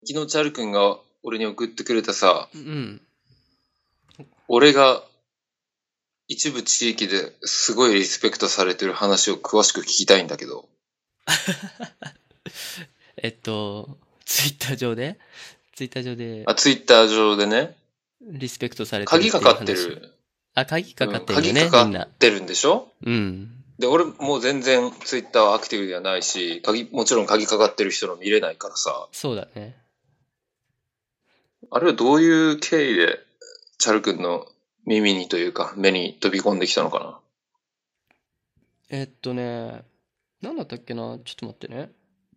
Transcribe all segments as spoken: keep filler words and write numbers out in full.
昨日チャル君が俺に送ってくれたさ、 うん。 俺が一部地域ですごいリスペクトされてる話を詳しく聞きたいんだけど。 えっと、ツイッター上でツイッター上であ、ツイッター上でね、 リスペクトされてるっていう話。 鍵かかってる。 あ、鍵かかってるよね、 うん、鍵かみんな。 かってるんでしょ？ うん。 で、俺もう全然ツイッターはアクティブではないし、鍵、もちろん鍵かかってる人の見れないからさ。 そうだね。 あれはどういう経緯で、チャル君の耳にというか、目に飛び込んできたのかな？ えっとね、なんだったっけな、ちょっと待ってね。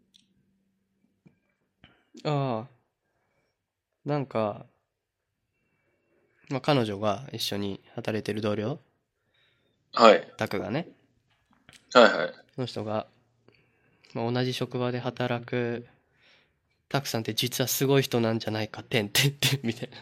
ああ、なんか、まあ、彼女が一緒に働いてる同僚、 はい。 タクがね、 はいはい。 その人が、まあ、同じ職場で働くタクさんって実はすごい人なんじゃないか、てんてんてんみたいな。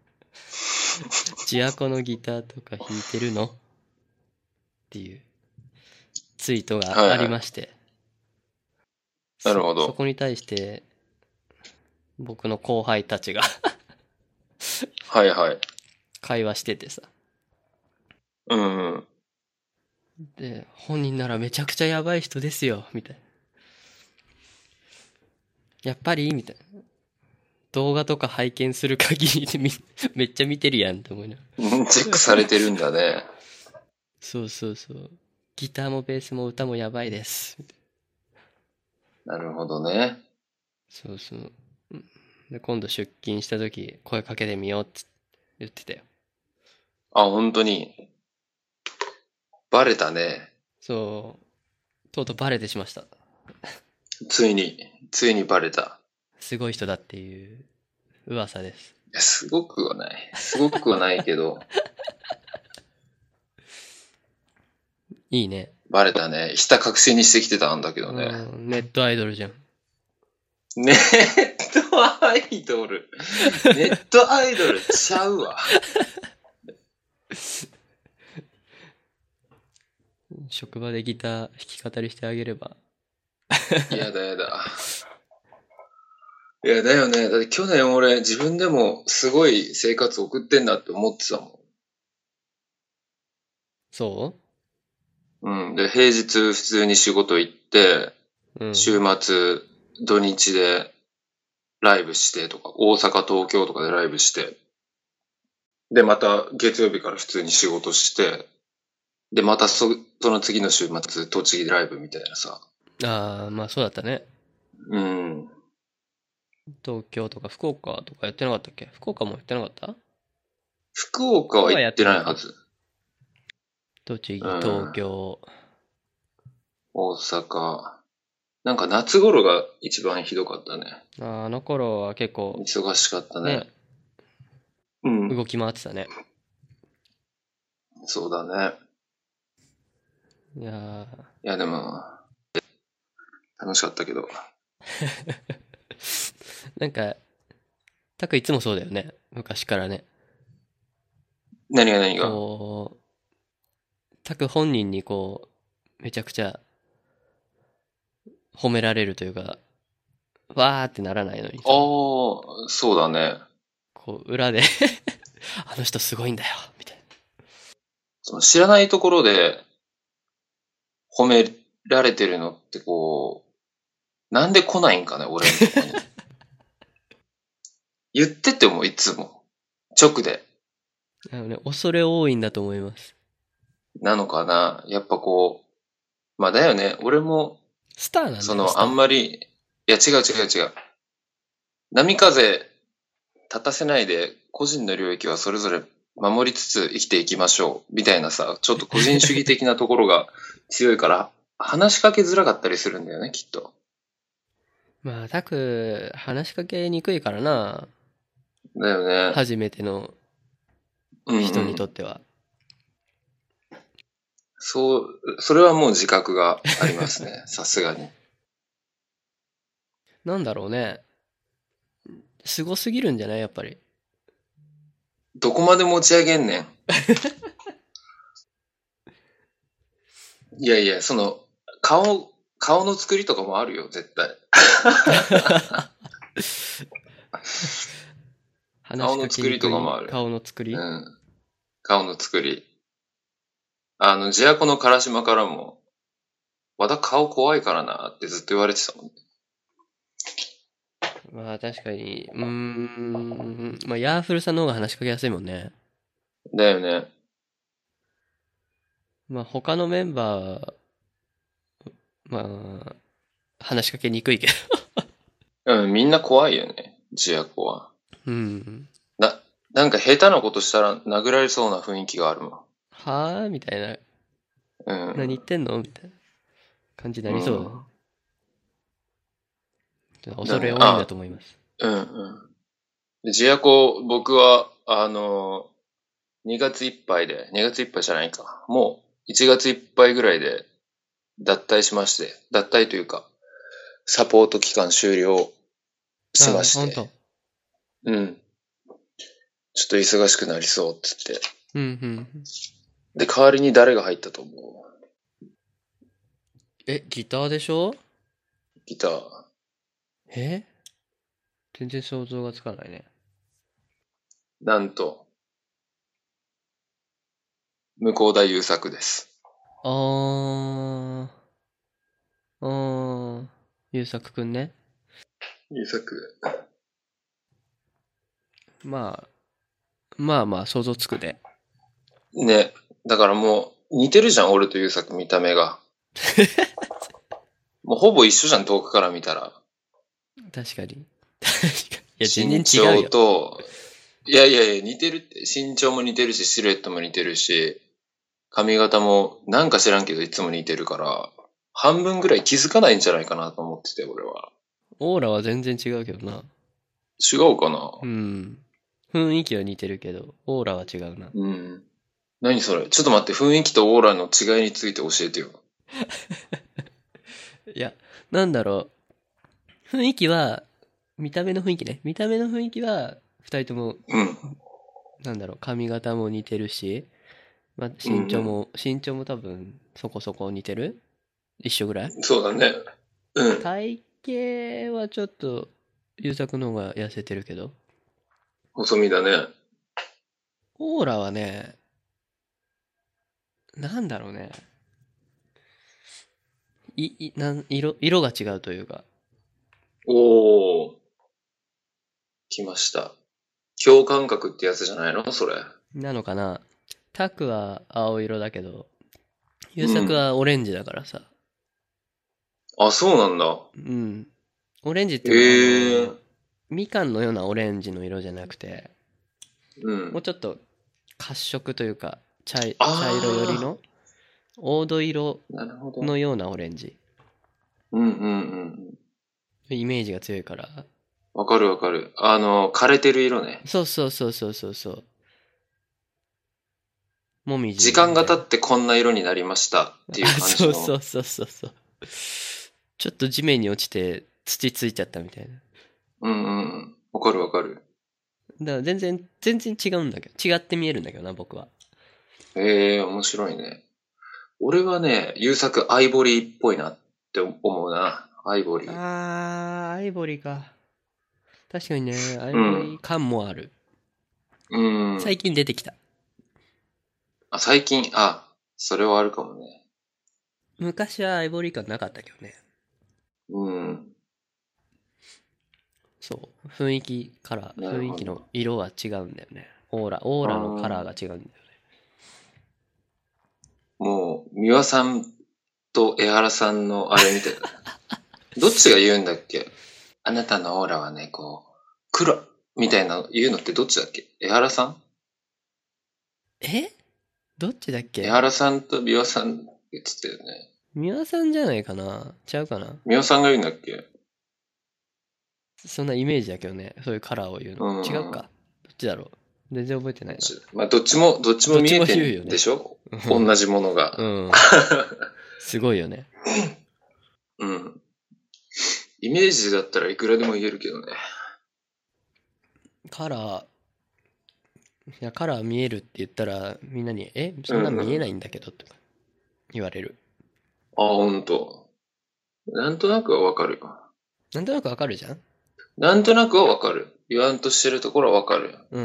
ジアコのギターとか弾いてるのっていうツイートがありまして、 はいはい、なるほど。 そ、そこに対して僕の後輩たちがはいはい。 会話しててさ。 うんうん。 で、本人ならめちゃくちゃやばい人ですよ、みたいな。やっぱりみたいな。動画とか拝見する限りでみめっちゃ見てるやんって思いながら。 チェックされてるんだね。 そうそうそう。ギターもベースも歌もやばいです。 なるほどね。 そうそう。で、今度出勤した時声かけてみようって言ってたよ。 あ、本当に。バレたね。 そう。とうとうバレてしました。 ついに、ついにバレた。 すごい人だっていう噂です。 いや、すごくはない。すごくはないけど。 いいね。 バレたね。ひた隠しにしてきてたんだけどね。 うん、ネットアイドルじゃん。 ネットアイドル。ネットアイドルちゃうわ。 職場でギター弾き語りしてあげれば。 やだやだ。いや、だよね。だって去年俺自分でもすごい生活送ってんなって思ってたもそん。うん。で、平日普通に仕事行って、 ううん。 週末土日でライブしてとか、大阪、東京とかでライブして、で、また月曜日から普通に仕事して、で、またそ、その次の週末、栃木でライブみたいなさ。 ああ、まあそうだったね。 うん。 東京とか福岡とかやってなかったっけ？福岡もやってなかった？ 福岡は行ってないはず。 栃木、 うん。 東京。 大阪。なんか夏頃が一番ひどかったね。 あーあの頃は結構忙しかったね。 ね、 うん。 動き回ってたね。 そうだね。 いやー、 いや、でも、楽しかったけど。 なんか、タクいつもそうだよね。昔からね。 何が何が。 こう、タク本人にこう、めちゃくちゃ褒められるというか、わーってならないのにさ、 ああ、そうだね。 こう、裏であの人すごいんだよ、みたいその知らないところで褒められてるのってこう、なんで来ないんかね、俺のとこに。言っててもいつも。直で。 な。あのね、恐れ多いんだと思います。 なのかな。やっぱこう、まあだよね。俺も、 スターなんだよ、 その、あんスター。 まり、いや違う違う違う。波風立たせないで、個人の領域はそれぞれ守りつつ生きていきましょう。みたいなさ、ちょっと個人主義的なところが強いから、話しかけづらかったりするんだよね、きっと。 まあ、タク、話しかけにくいからな。 だよね。 初めてのうん、うん。 人にとっては。 そう、それはもう自覚がありますね。さすがに。 なんだろうね。すごすぎるんじゃないやっぱり。 どこまで持ち上げんねん。いやいや、その、顔、顔の作りとかもあるよ、絶対。 話しかけにくい顔の作りとかもある顔の作り、 うん。顔の作り。あの、ジアコの唐島からも、和田顔怖いからなってずっと言われてたもんね。 まあ確かに、うーん、まあヤーフルさんの方が話しかけやすいもんね。 だよね。 まあ他のメンバー、まあ、話しかけにくいけど。 うん、みんな怖いよね。ジアコは。 うん。 な、なんか下手なことしたら殴られそうな雰囲気があるもん。 はぁみたいな。 うん。 何言ってんのみたいな感じになりそうだね。ちょっと恐れ多いんだと思います。 うんうんで。ジアコ、僕は、あの、にがついっぱいで、にがついっぱいじゃないか。もういちがついっぱいぐらいで脱退しまして、脱退というか、サポート期間終了しましあ、ほんて。 と。 うん。ちょっと忙しくなりそうっつって。 うんうん。 で、代わりに誰が入ったと思う？ え、ギターでしょ？ ギター。 え全然想像がつかないね。 なんと、向田優作です。 あー、あー、ゆうさくくんね。 優作。 まあ、まあまあ想像つくで。 ね。だからもう、似てるじゃん、俺と優作見た目が。もうほぼ一緒じゃん、遠くから見たら。 確かに。確かに。いや、全身然違う長よ。 と、いやいやいや、似てるって。身長も似てるし、シルエットも似てるし、髪型もなんか知らんけどいつも似てるから、半分ぐらい気づかないんじゃないかなと思ってて、俺は。 オーラは全然違うけどな。 違うかな？ うん。雰囲気は似てるけど、オーラは違うな。 うん。何それ？ちょっと待って、雰囲気とオーラの違いについて教えてよ。 いや、なんだろう。雰囲気は、見た目の雰囲気ね。見た目の雰囲気は、二人とも、 うん。 なんだろう、髪型も似てるし、まあ、身長も、身長も多分、そこそこ似てる？一緒ぐらい？ そうだね。うん。 体型はちょっと、優作の方が痩せてるけど、 細身だね。 オーラはね、なんだろうね。い、い、なん、色、色が違うというか。 おー。来ました。共感覚ってやつじゃないのそれ。 なのかな。タクは青色だけど、優作うん。 はオレンジだからさ。 あ、そうなんだ。 うん。オレンジっていうのは、あへえ。 の、みかんのようなオレンジの色じゃなくて、 うん。 もうちょっと褐色というか、茶い、茶色寄りあの、黄土色ー。なるほど。 のようなオレンジ。 うんうんうん。 イメージが強いから。 わかるわかる。あの、枯れてる色ね。 そうそうそうそうそうそう。もみじ時間が経みたいな。 ってこんな色になりましたっていうあ、 感じの。 そうそうそうそうそう。ちょっと地面に落ちて土ついちゃったみたいな。 うんうんうん。わかるわかる。 だから全然、全然違うんだけど、違って見えるんだけどな、僕は。 へえ、面白いね。俺はね、優作アイボリーっぽいなって思うな。アイボリー。 あー、アイボリーか。確かにね、アイうん。 ボリー感もある。 うん。 最近出てきた。 あ、最近、あ、それはあるかもね。 昔はアイボリー感なかったけどね。 うん。 そう。雰囲気から、 なるほど。 雰囲気の色は違うんだよね。オーラ、オーあラのカラーがー違うんだよね。 もう、三輪さんと江原さんのあれみたいだね。どっちが言うんだっけ？あなたのオーラはね、こう、黒みたいなの言うのってどっちだっけ？江原さんえどっちだっ江け？ 原さんと三輪さん言ってたよね。 三輪さんじゃないかな？ちゃうかな？ 三輪さんが言うんだっけ？ そんなイメージだけどね。そういうカラーを言うの。 うん。 違うか。どっちだろう。全然覚えてないな。 まあ、どっちも、どっちも見えてどっちも言うよねんでしょ？ うん同じものが。 うん。すごいよね。 うん。イメージだったらいくらでも言えるけどね。 カラー、いや、カラー見えるって言ったら、みんなに、え、そんなんうんうん。 見えないんだけど、とか言われる。 あ、ほんと。なんとなくはわかるよ。 なんとなくわかるじゃん？ なんとなくはわかる。 言わんとしてるところはわかる。 うん。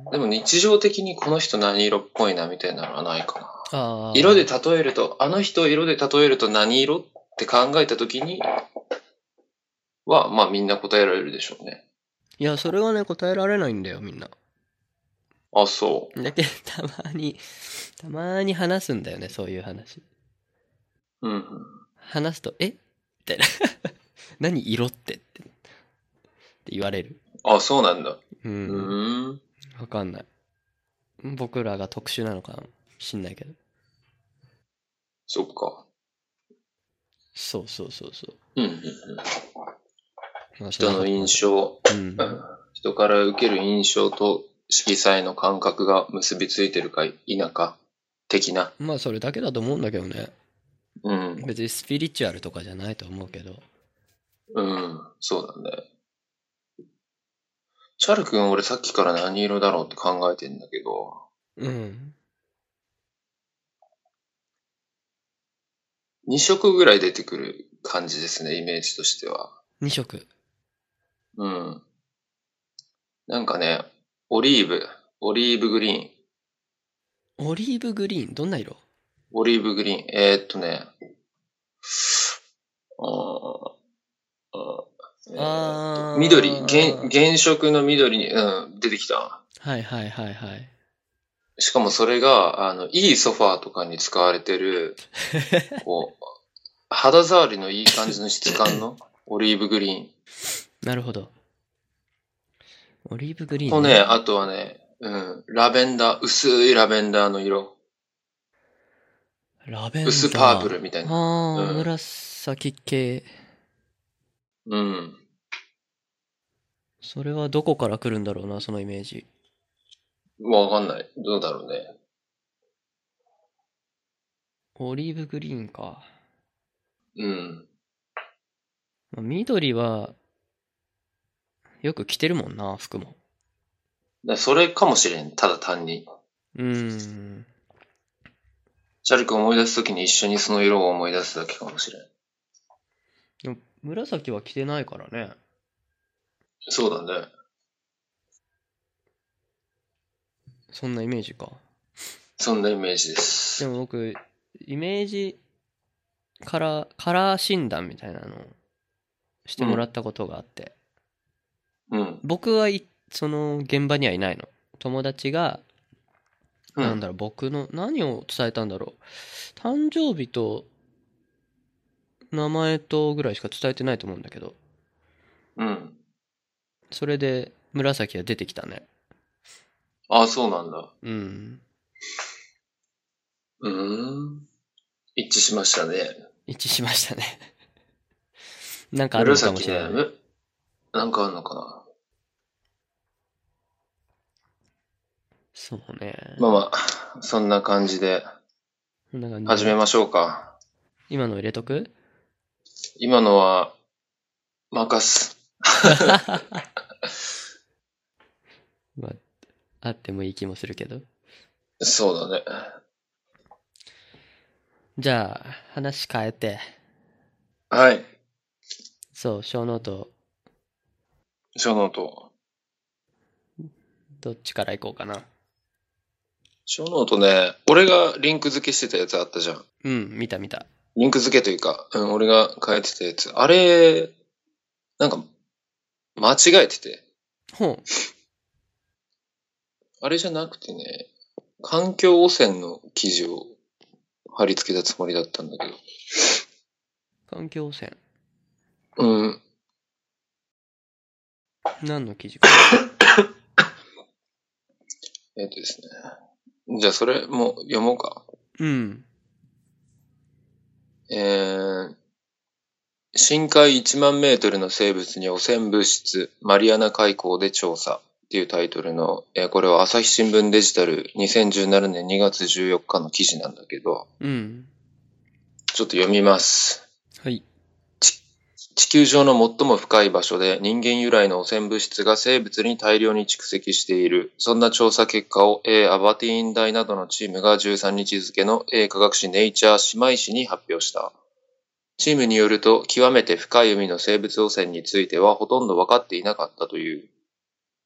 でも日常的にこの人何色っぽいなみたいなのはないかな。 ああ。 色で例えると、あの人を色で例えると何色って考えたときには、まあみんな答えられるでしょうね。 いや、それはね、答えられないんだよ、みんな。 あ、そう。 だけど、たまに、たまに話すんだよね、そういう話。 うん、うん。 話すと、えみたいな。何色ってってって言われる。 あ、そうなんだ。 う。 うんーん。 わかんない。僕らが特殊なのかもしんないけど。 そっか。 そうそうそうそうん、うん、うん。 う。まあ、 人の印象、 うん。 人から受ける印象と色彩の感覚が結びついてるか否か的な。 まあ、それだけだと思うんだけどね。 うん。 別にスピリチュアルとかじゃないと思うけど。 うん。そうだね。チャル君、俺さっきから何色だろうって考えてんだけど、 うん。 に色ぐらい出てくる感じですね、イメージとしては。 に色。 うん。なんかね、オリーブ、オリーブグリーン、 オリーブグリーン、どんな色？ オリーブグリーン、えー、っとね、あーあーえーっとあー緑、原、原色の緑に、うん、出てきた。 はいはいはいはい。 しかもそれが、あの、いいソファーとかに使われてる、こう、肌触りのいい感じの質感のオリーブグリーン。 なるほど。オリーブグリーとね、 ンね。 あとはね、うん、ラベンダー、薄いラベンダーの色。 ラベンダー。 薄パープルみたいな。 ああ、 うん紫系。 うん。 それはどこから来るんだろうな、そのイメージ。 わかんない。どうだろうね。 オリーブグリーンか。 うん。 まあ緑は、よく着てるもんな、服も。 だそれかもしれん。ただ単に。 うーん。 チャル君思い出すときに一緒にその色を思い出すだけかもしれん。 でも紫は着てないからね。 そうだね。 そんなイメージか。 そんなイメージです。 でも僕、イメージカラー、カラー診断みたいなのをしてもらったことがあって。 うん。 僕はいその現場にはいないの。友達が、 うん。 なんだろう、僕の何を伝えたんだろう。誕生日と名前とぐらいしか伝えてないと思うんだけど、 うん。 それで紫が出てきたね。 あ、そうなんだ。 うん。 うーん。一致しましたね。 一致しましたね。なんかあるのかもし紫ね、 れない。 むなんかあるのかな。 そうね。 まあまあ、そんな感じでこんな感じで始めましょうか。 今の入れとく？ 今のは、任す。 まあ、あってもいい気もするけど。 そうだね。 じゃあ、話変えて、 はい。 そう、小ノート、 小ノート。 どっちから行こうかな。 小ノートね、俺がリンク付けしてたやつあったじゃん。 うん、見た見た。 リンク付けというか、うん、俺が書いてたやつ。あれ、なんか、間違えてて。 ほう。 あれじゃなくてね、環境汚染の記事を貼り付けたつもりだったんだけど。 環境汚染。 うん。 何の記事か。 えっとですね。じゃあそれも読もうか。 うん。 えー、深海いちまんメートルの生物に汚染物質、マリアナ海溝で調査っていうタイトルの、えーこれは朝日新聞デジタルにせんじゅうななねんにがつじゅうよっかの記事なんだけど、 うん。 ちょっと読みます。 はい。 地球上の最も深い場所で人間由来の汚染物質が生物に大量に蓄積している。そんな調査結果を A アバティーン大などのチームがじゅうさんにち付の A 科学誌ネイチャー姉妹誌に発表した。チームによると極めて深い海の生物汚染についてはほとんど分かっていなかったという。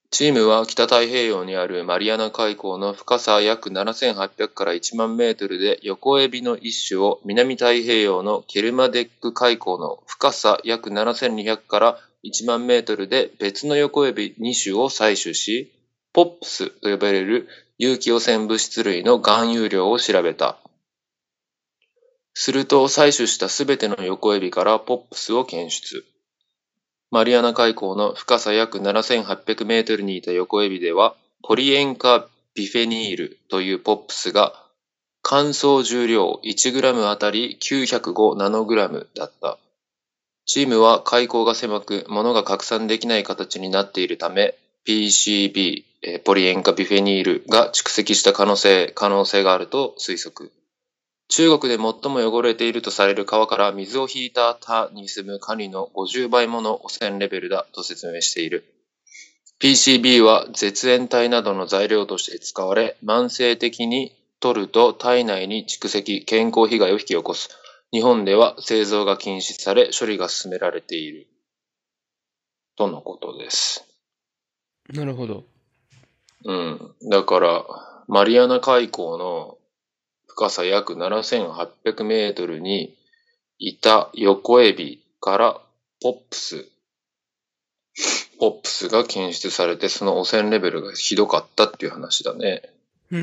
チームは北太平洋にあるマリアナ海溝の深さ約ななせんはっぴゃくからいちまんメートルで横エビの一種を南太平洋のケルマデック海溝の深さ約ななせんにひゃくからいちまんメートルで別の横エビに種を採取し、ポップスと呼ばれる有機汚染物質類の含有量を調べた。すると採取したすべての横エビからポップスを検出。マリアナ海溝の深さ約ななせんはっぴゃくメートルにいた横エビでは、ポリ塩化ビフェニールというポップスが乾燥重量 いちグラム あたりきゅうひゃくごナノグラムだった。チームは海溝が狭く、物が拡散できない形になっているため、ピーシービー、ポリ塩化ビフェニールが蓄積した可能性、可能性があると推測。中国で最も汚れているとされる川から水を引いた他に住むカニのごじゅうばいもの汚染レベルだと説明している。ピーシービー は絶縁体などの材料として使われ、慢性的に取ると体内に蓄積、健康被害を引き起こす。日本では製造が禁止され、処理が進められている。とのことです。 なるほど。 うん。だから、マリアナ海溝の深さ約ななせんはっぴゃくメートルにいた横エビからポップス、ポップスが検出されて、その汚染レベルがひどかったっていう話だね。 うん。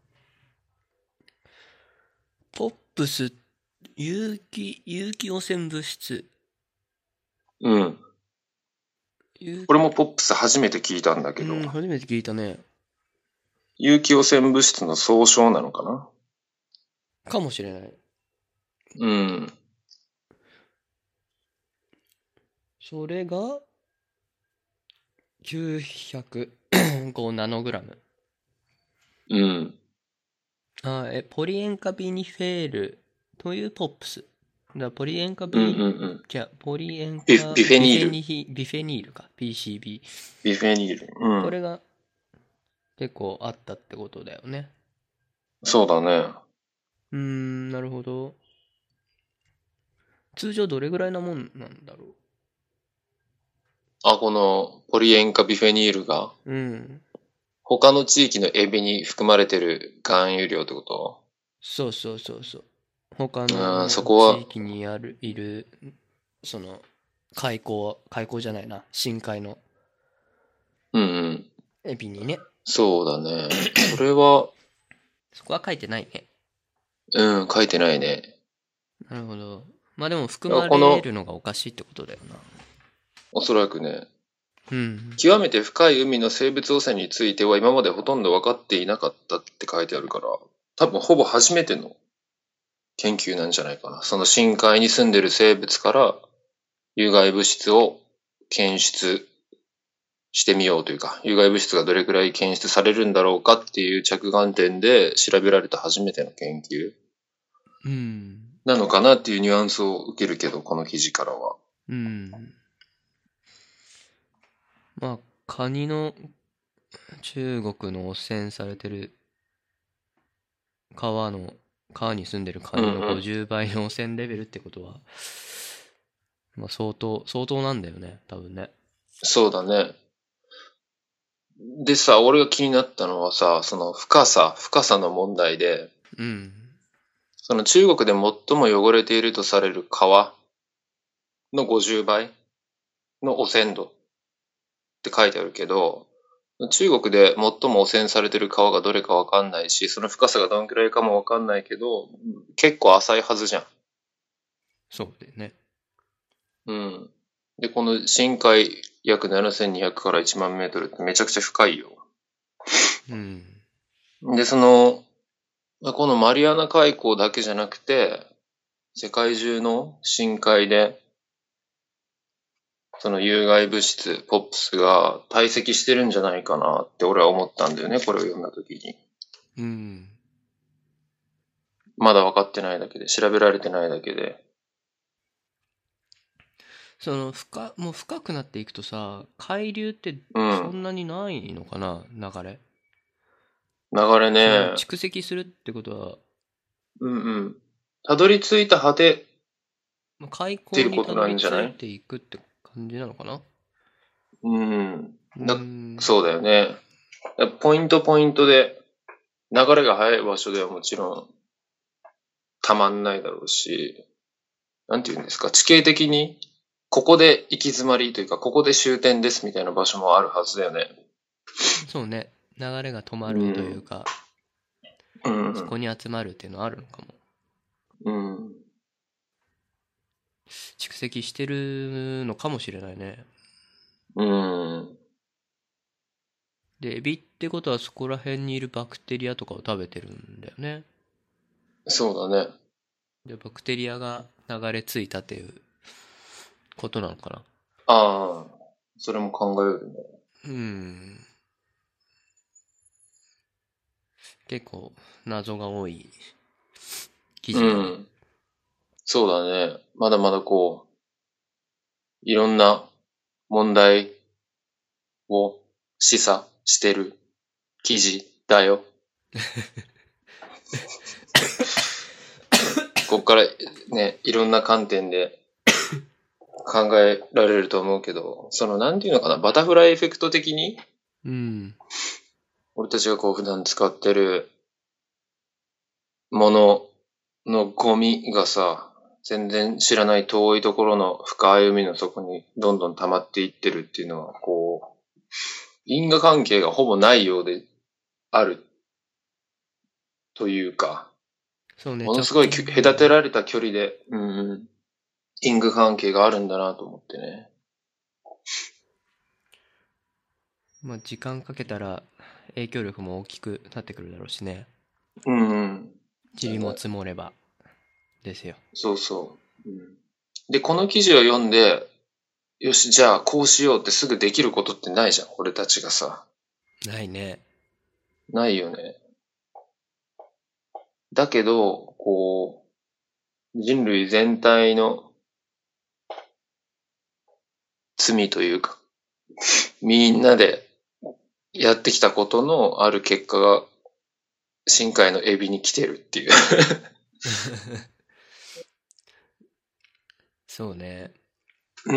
ポップス、有機、有機汚染物質。 うん。 有これもポップス初めて聞いたんだけど、 うん、初めて聞いたね。 有機汚染物質の総称なのかな。 かもしれない。 うん。 それがきゅうひゃくごナノグラム。 うん。 あ、え、ポリ塩化ビニフェールというポップス。だからポリ塩化うんビ、 うんうん。 じゃあポリ塩化ビビフェニールビフェニビフェニールか。ピーシービー。 ビフェニール。うん。 これが結構あったってことだよね。 そうだね。 うーん、なるほど。通常どれぐらいなもんなんだろあ、このポリ塩化ビフェニールがう。うん。 他の地域のエビに含まれてる含有量ってこと？ そうそうそうそう。他うん、 のそこは地域にある、いる、その、海溝、海溝じゃないな、深海のうんうん。 エビにね。 そうだね。それは、 そこは書いてないね。 うん、書いてないね。 なるほど。まあでも含まこの、 れるのがおかしいってことだよな。 おそらくね、 うん。 極めて深い海の生物汚染については今までほとんど分かっていなかったって書いてあるから、多分ほぼ初めての研究なんじゃないかな。その深海に住んでる生物から有害物質を検出してみようというか、有害物質がどれくらい検出されるんだろうかっていう着眼点で調べられた初めての研究うん。 なのかなっていうニュアンスを受けるけど、この記事からは。 うん。まあ、カニの中国の汚染されてる川の、川に住んでるカニのうんうん。 ごじゅうばいの汚染レベルってことは、まあ相当、相当なんだよね、多分ね。 そうだね。でさ、俺が気になったのはさ、その深さ、深さの問題で、 うん。 その中国で最も汚れているとされる川のごじゅうばいの汚染度って書いてあるけど、中国で最も汚染されてる川がどれかわかんないし、その深さがどんくらいかもわかんないけど、結構浅いはずじゃん。 そうだよね。 うん。で、この深海約ななせんにひゃくからいちまんメートルってめちゃくちゃ深いよ。 うん。 で、その、このマリアナ海溝だけじゃなくて、世界中の深海で、その有害物質、ポップスが堆積してるんじゃないかなって俺は思ったんだよね、これを読んだ時に。 うん。 まだ分かってないだけで、調べられてないだけで。 その深、もう深くなっていくとさ、海流ってうん。 そんなにないのかな、流れ。 流れそのね。 蓄積するってことは、 うんうん。たどり着いた果てっまあ海ていうことな溝にたどりんじゃない？ 着いていくって感じなのかな。 うん。 だうん。 そうだよね。ポイントポイントで、流れが速い場所ではもちろん、たまんないだろうし、なんていうんですか、地形的に、ここで行き詰まりというか、ここで終点ですみたいな場所もあるはずだよね。 そうね。流れが止まうるというん。 か、そうん。 こに集まるっていうのはあるのかも。 うん。 蓄積してるのかもしれないね。 うん。 で、エビってことはそこら辺にいるバクテリアとかを食べてるんだよね。 そうだね。 で、バクテリアが流れ着いたっていうことなのかな。 ああ、それも考えるね。 うん。結構謎が多い記う事だね。 ん。そうだね。まだまだこう、いろんな問題を示唆してる記事だよ。ここからね、いろんな観点で考えられると思うけど、そのなんていうのかな、バタフライエフェクト的に、 うん。 俺たちがこう普段使ってるもののゴミがさ、全然知らない遠いところの深い海の底にどんどん溜まっていってるっていうのは、こう、因果関係がほぼないようであるというか、 そうね、 もの直すごいきゅ近。 隔てられた距離で、うんうん、因果関係があるんだなと思ってね。 まあ、時間かけたら影響力も大きくなってくるだろうしね。 うんうん。 塵も積もればですよ。 そうそう。うん、で、この記事を読んで、よし、じゃあこうしようってすぐできることってないじゃん、俺たちがさ。 ないね。 ないよね。だけど、こう、人類全体の罪というか、みんなでやってきたことのある結果が、深海のエビに来てるっていう。 そうね。 うん。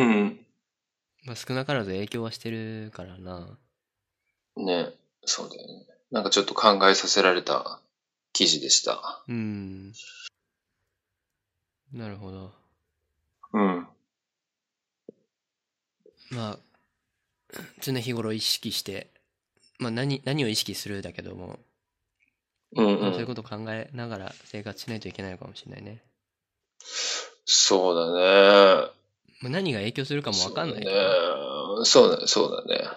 まあ、少なからず影響はしてるからな。 ね。そうだよね。なんかちょっと考えさせられた記事でした。 うん。なるほど。 うん。 まあ、常日頃意識して、まあ何、何を意識するだけども、 うんうまあそういうこん。 とを考えながら生活しないといけないのかもしれないね。 そうだね。 まあ、何が影響するかもわかんそうだないからね。 ね。そうだね。そうだね。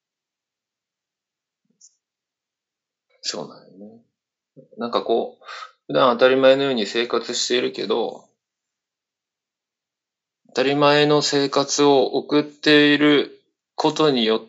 そうだよね。なんかこう、普段当たり前のように生活しているけど、当たり前の生活を送っていることによって、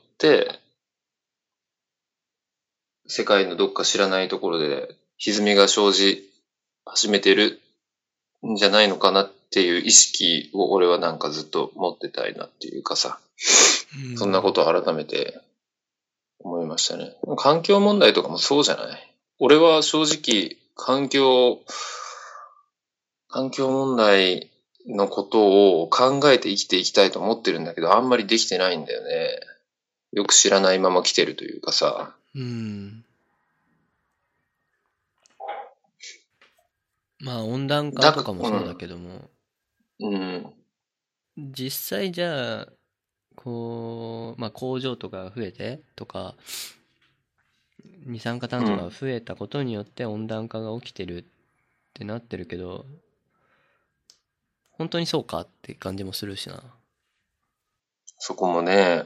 世界のどっか知らないところで歪みが生じ始めてるんじゃないのかなっていう意識を俺はなんかずっと持ってたいなっていうかさ、 うん。 そんなことを改めて思いましたね。環境問題とかもそうじゃない？俺は正直環境、環境問題のことを考えて生きていきたいと思ってるんだけど、あんまりできてないんだよね。よく知らないまま来てるというかさ。 うん。まあ温暖化だか、 とかもそうだうん、 けども、 うん、 実際じゃあ、こう、まあ工場とかが増えてとか、二酸化炭素がうん。 増えたことによって温暖化が起きてるってなってるけど、本当にそうかって感じもするしな。 そこもね、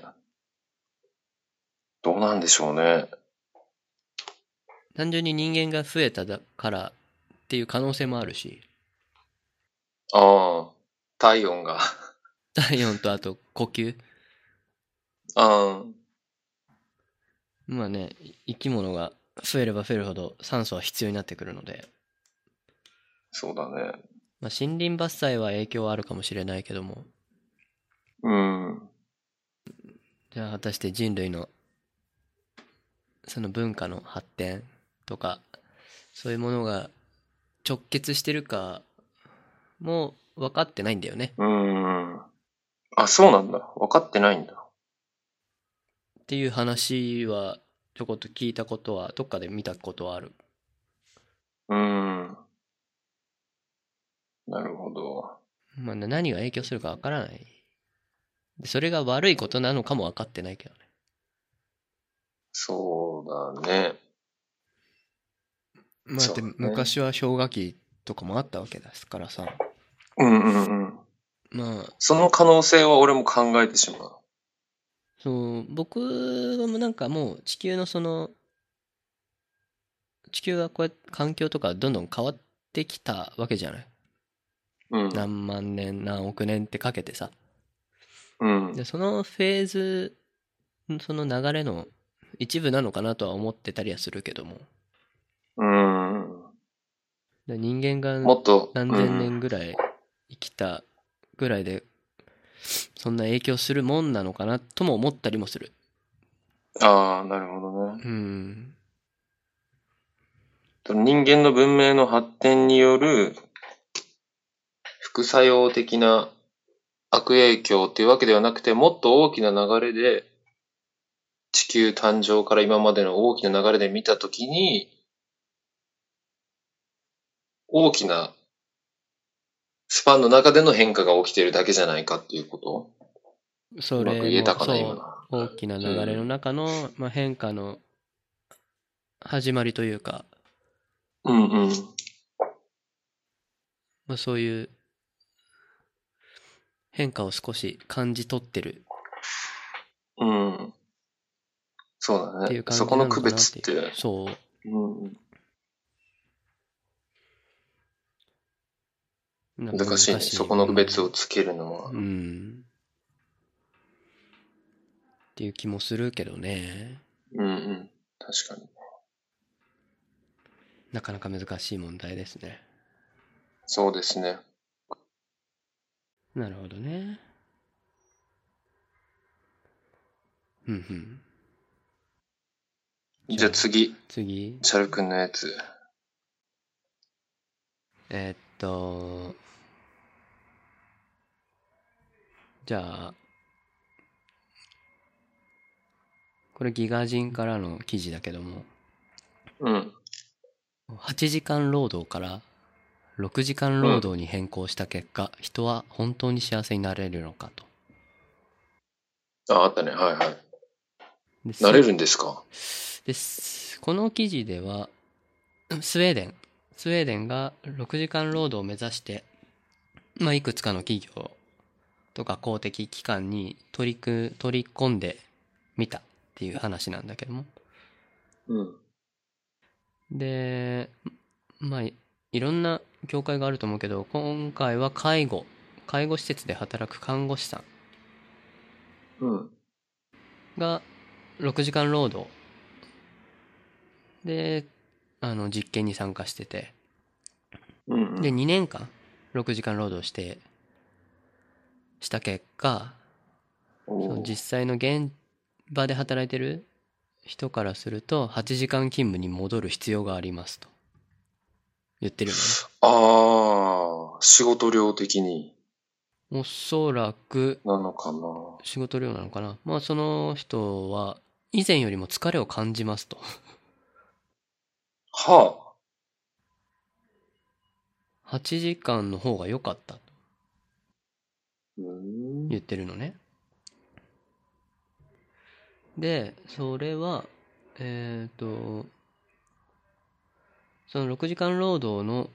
どうなんでしょうね。 単純に人間が増えただからっていう可能性もあるし、 ああ、体温が。 体温とあと呼吸。 ああ、 まあね、生き物が増えれば増えるほど酸素は必要になってくるので、 そうだね。 まあ、森林伐採は影響はあるかもしれないけども、 うん、 じゃあ果たして人類のその文化の発展とか、そういうものが直結してるかも分かってないんだよね。 うん。あ、そうなんだ。分かってないんだ。 っていう話はちょこっと聞いたことはどっかで見たことはある。 うーん。なるほど。 まあ何が影響するかわからない。でそれが悪いことなのかも分かってないけどね。 そうだね。 まあだってそうね。 昔は氷河期とかもあったわけですからさ。 うんうんうん。 まあその可能性は俺も考えてしまう。 そう僕もなんかもう地球のその地球がこうやって環境とかどんどん変わってきたわけじゃない。 うん。 何万年何億年ってかけてさ。 うん。 でそのフェーズその流れの一部なのかなとは思ってたりはするけども、 うん。 で人間がもっと、 何千うん。 年ぐらい生きたぐらいでそんな影響するもんなのかなとも思ったりもする。 ああ、なるほどね。 うん人間の文明の発展による副作用的な悪影響っていうわけではなくて、もっと大きな流れで、地球誕生から今までの大きな流れで見たときに、大きなスパンの中での変化が起きているだけじゃないかっていうことそうまくれも言えたかな、今そうの。 大きな流れの中の、まあ、変化の始まりというか、 うんうん。 まあ、そういう変化を少し感じ取ってるうん。そうだね。 っていう感じなのそこの区かなっていう。 別って、 そう。 うん、 なんか難難しいね。 しい。 そこの区うん。 別をつけるのは。 うん。っていう気もするけどね。 うんうん。確かに。 なかなか難しい問題ですね。 そうですね。 なるほどね。うんうん。 じゃあ次、 次。 シャル君のやつ。 えーっと、じゃあ、これギガ人からの記事だけども、 うん。 はちじかん労働からろくじかん労うん。 働に変更した結果、人は本当に幸せになれるのかと。 あ、あったね。はいはい。 でなれるんですか？ ですこの記事では、スウェーデン、スウェーデンがろくじかん労働を目指して、まあ、いくつかの企業とか公的機関に取りく取り込んでみたっていう話なんだけども。 うん。 で、まあ、いろんな業界があると思うけど、今回は介護、介護施設で働く看護師さうん。 んがろくじかん労働で、あの、実験に参加してて、で、 うんうん。 にねんかんろくじかん労働して、した結果、そのおー。 実際の現場で働いてる人からすると、はちじかん勤務に戻る必要がありますと言ってるのね。 ああ、仕事量的におそらくなのかな。 仕事量なのかな。まあその人は以前よりも疲れを感じますと。 はあ。 はちじかんの方が良かったとうーん。 言ってるのね。で、それは、えっと、そのろくじかん労働の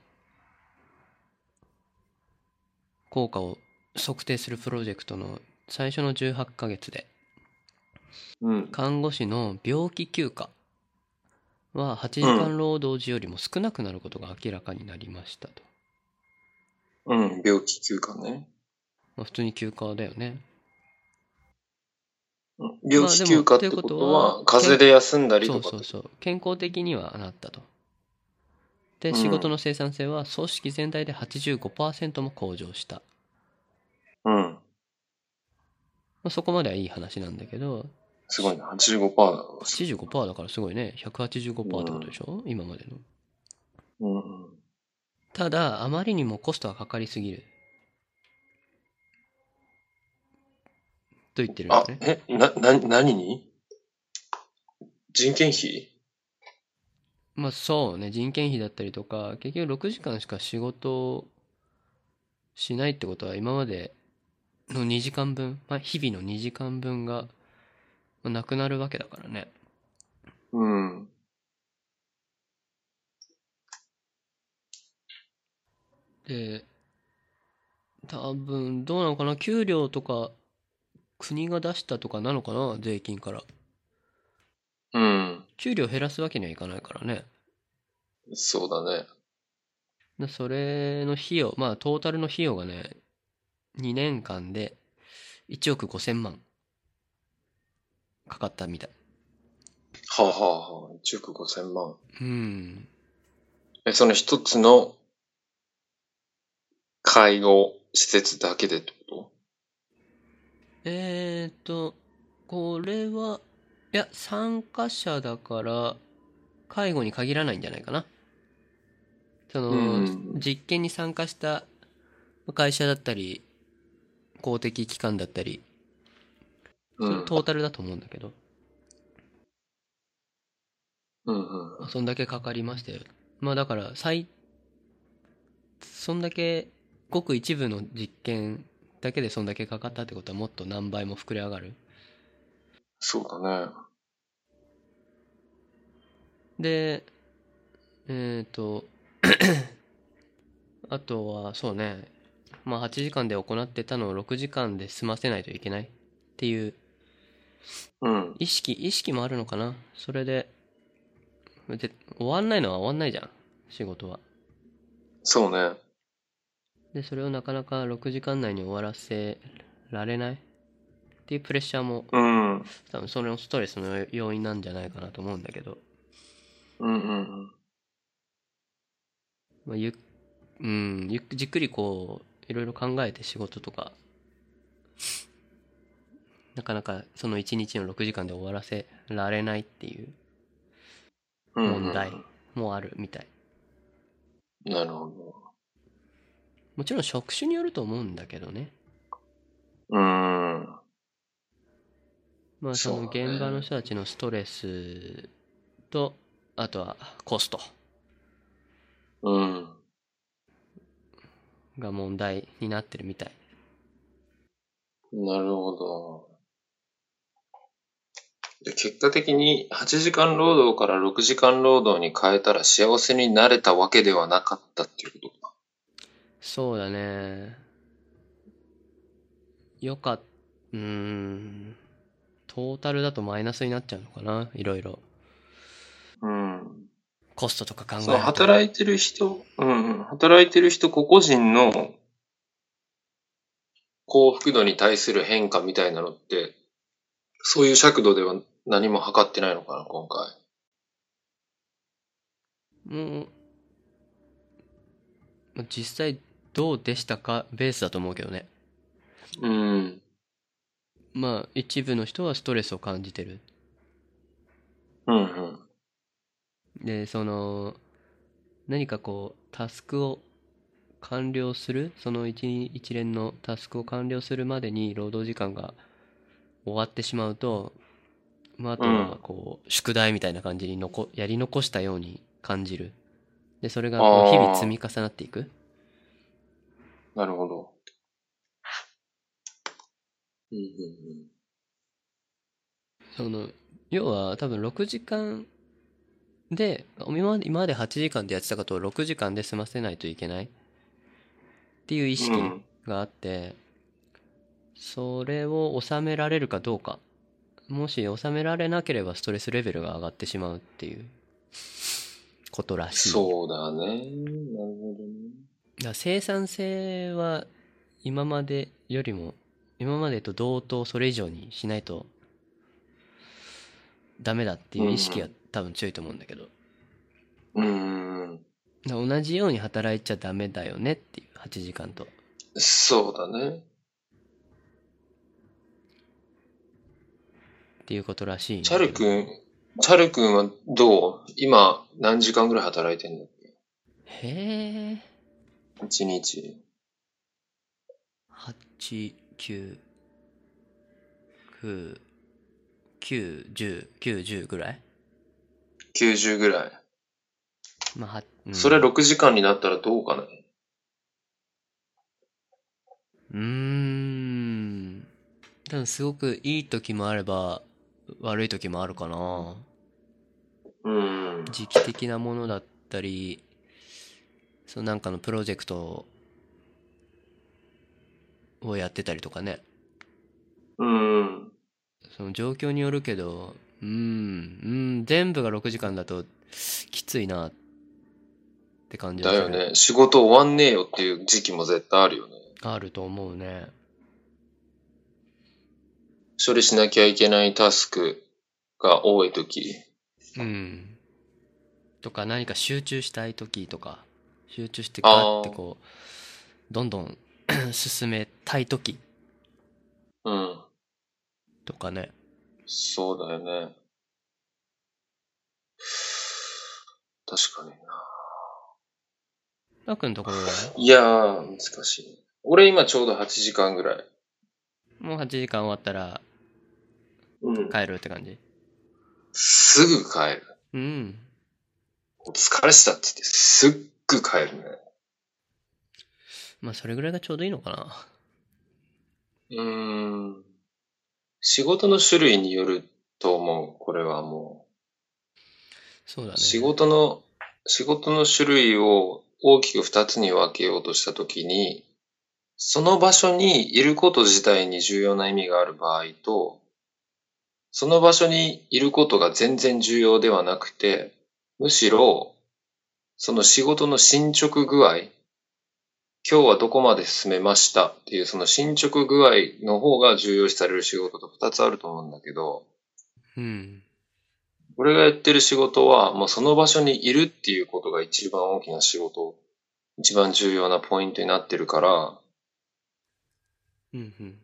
効果を測定するプロジェクトの最初のじゅうはちかげつで、 うん。 看護師の病気休暇は8 うん。 時間労働時よりも少なくなることが明らかになりましたと。 うん。病気休暇ね。 まあ、普通に休暇だよね。 うん、病まあでも、 気休暇っというてことことは、 は、風健邪で休んだりとかって。 そうそうそう、健康的にはなったと。で、 うん。 仕事の生産性は組織全体ではちじゅうごパーセントも向上した。 うん。 まあ、そこまではいい話なんだけど、 すごいな。はちじゅうごパーセントだ。 はちじゅうごパーセントだからすごいね。ひゃくはちじゅうごパーセントってことでしうょ、今までの。 ん。うん。 ただ、あまりにもコストがかかりすぎる。と言ってるのあ、 ね。 え、な、な、何に人件費？ まあそうね、人件費だったりとか、結局ろくじかんしか仕事をしないってことは今までのにじかんぶん、まあ日々のにじかんぶんがまあなくなるわけだからね。 うん。 で、多分どうなのかな、給料とか国が出したとかなのかな、税金から。 うん。 給料減らすわけにはいかないからね。 そうだね。 でそれの費用、まあトータルの費用がね、にねんかんでいちおくごせんまんかかったみたい。 はあ、はあはあ、いちおくごせんまん。 うん。 え、その一つの介護施設だけでってこえーっと、これは、いや、参加者だから、介護に限らないんじゃないかな。そと？うの、 ん。 実験に参加した会社だったり、公的機関だったり、それうん。 トータルだと思うんだけど、 うん。うん。 そんだけかかりましたよ。まあだから、最、そんだけ、ごく一部の実験だけでそんだけかかったってことはもっと何倍も膨れ上がる。 そうだね。 で、えっと、あとは、そうね、まあはちじかんで行ってたのをろくじかんで済ませないといけないっていううん。 意識、意識もあるのかな。それで、で、終わんないのは終わんないじゃん、仕事は。 そうね。 で、それをなかなかろくじかん内に終わらせられないっていうプレッシャーも、 うん。うん多分それのストレスの要因なんじゃないかなと思うんだけど、 うんうん。 まあ、ゆっ、うん、ゆっじっくりこう、いろいろ考えて仕事とか、なかなかそのいちにちのろくじかんで終わらせられないっていううんうん問題もあるみたい。 うん。なるほど。 もちろん職種によると思うんだけどね。 うーん。 まあそのそうだ現場のね。 人たちのストレスと、あとはコストうん。 が問題になってるみたい。 なるほど。で、結果的にはちじかん労働からろくじかん労働に変えたら幸せになれたわけではなかったっていうことか。 そうだね。よかっ、うーん。トータルだとマイナスになっちゃうのかな、いろいろ。 うん。 コストとか考そのえると。 働いてる人、うんうん、働いてる人個々人の幸福度に対する変化みたいなのって、そういう尺度では何も測ってないのかな、今回。 もう、実際どうでしたかベースだと思うけどね。 うん。 まあ、一部の人はストレスを感じてる。 うんうん。 で、その、何かこう、タスクを完了する、その一一連のタスクを完了するまでに労働時間が終わってしまうと、まあ、あとはうん。 こう、宿題みたいな感じに残、やり残したように感じる。で、それがこう、日々積ああ、 み重なっていく。 なるほど。うんうんその、要は多分ろくじかんで、今まで、今まではちじかんでやってたことをろくじかんで済ませないといけないっていう意うん。う識ん。 があって、それを収められるかどうか。もし収められなければストレスレベルが上がってしまうっていうことらしい。 そうだね。なるほどね。 だから生産性は今までよりも、今までと同等それ以上にしないとダメだっていう意識がうん多分強いと思うんだけど。 うん。うん。 だから同じように働いちゃダメだよねっていう、はちじかんと。っそうだね。 ていうことらしいんチャだけど。 ル君、チャル君はどう？今何時間ぐらい働いてんだっへえ。 け？一日。 はち、きゅう、きゅう、きゅう、じゅう、きゅう、じゅうぐらいきゅうじゅうぐらい。 まあ、は、うん、 それろくじかんになったらどうかな。 うーん。多分すごくいい時もあれば、悪い時もあるかな。 うん。 時期的なものだったり、そのなんかのプロジェクトをやってたりとかね。 うん。 その状況によるけど、うーん、うん、全部がろくじかんだときついなって感じはする。 だよね。仕事終わんねえよっていう時期も絶対あるよね。 あると思うね。 処理しなきゃいけないタスクが多い時。 うん。とか何か集中したい時とか、集中してガッてあこう、どんどん進めたい時あ、うん。 とかね。 そうだよね。確かにな。 たくんのところはいやー、難しい。俺今ちょうどはちじかんぐらい。 もうはちじかん終わったらうん。 帰るって感じ？ すぐ帰る。 うん。 お疲れしたって言ってすっぐ帰るね。 まあそれぐらいがちょうどいいのかな。 うーん。仕事の種類によると思う。これはもう。 そうだね。 仕事の、仕事の種類を大きく二つに分けようとしたときに、その場所にいること自体に重要な意味がある場合と、その場所にいることが全然重要ではなくて、むしろ、その仕事の進捗具合、今日はどこまで進めましたっていうその進捗具合の方が重要視される仕事と二つあると思うんだけど、 うん。 俺がやってる仕事はもうその場所にいるっていうことが一番大きな仕事、一番重要なポイントになってるから、 うんうん。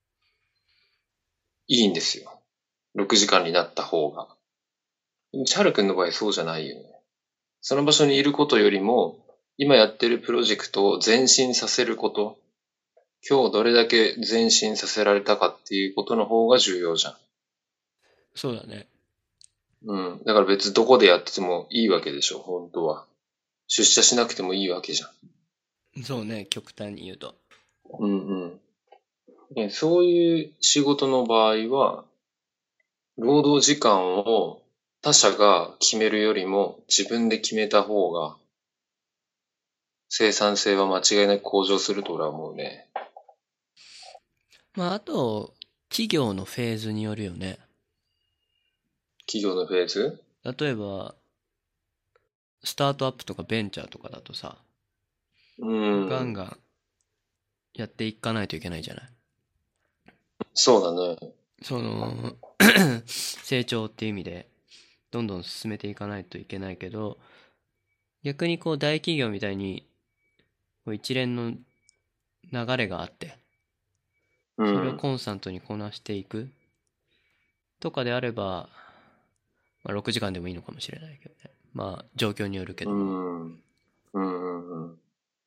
いいんですよ。ろくじかんになった方が。チャル君の場合そうじゃないよね。その場所にいることよりも、今やってるプロジェクトを前進させること、今日どれだけ前進させられたかっていうことの方が重要じゃん。 そうだね。 うん。だから別にどこでやっててもいいわけでしょ、本当は。出社しなくてもいいわけじゃん。 そうね、極端に言うと。 うんうん。ねそういう仕事の場合は、労働時間を他者が決めるよりも自分で決めた方が生産性は間違いなく向上すると俺は思うね。 まああと、企業のフェーズによるよね。 企業のフェーズ。 例えば、スタートアップとかベンチャーとかだとさ、 うん。 ガンガンやっていかないといけないじゃない。 そうだね。 その、成長っていう意味で、どんどん進めていかないといけないけど、逆にこう大企業みたいに、こう一連の流れがあって、それをうん。 コンスタントにこなしていくとかであれば、まあ、ろくじかんでもいいのかもしれないけどね。まあ、状況によるけうども。 ん。うん。うんうん。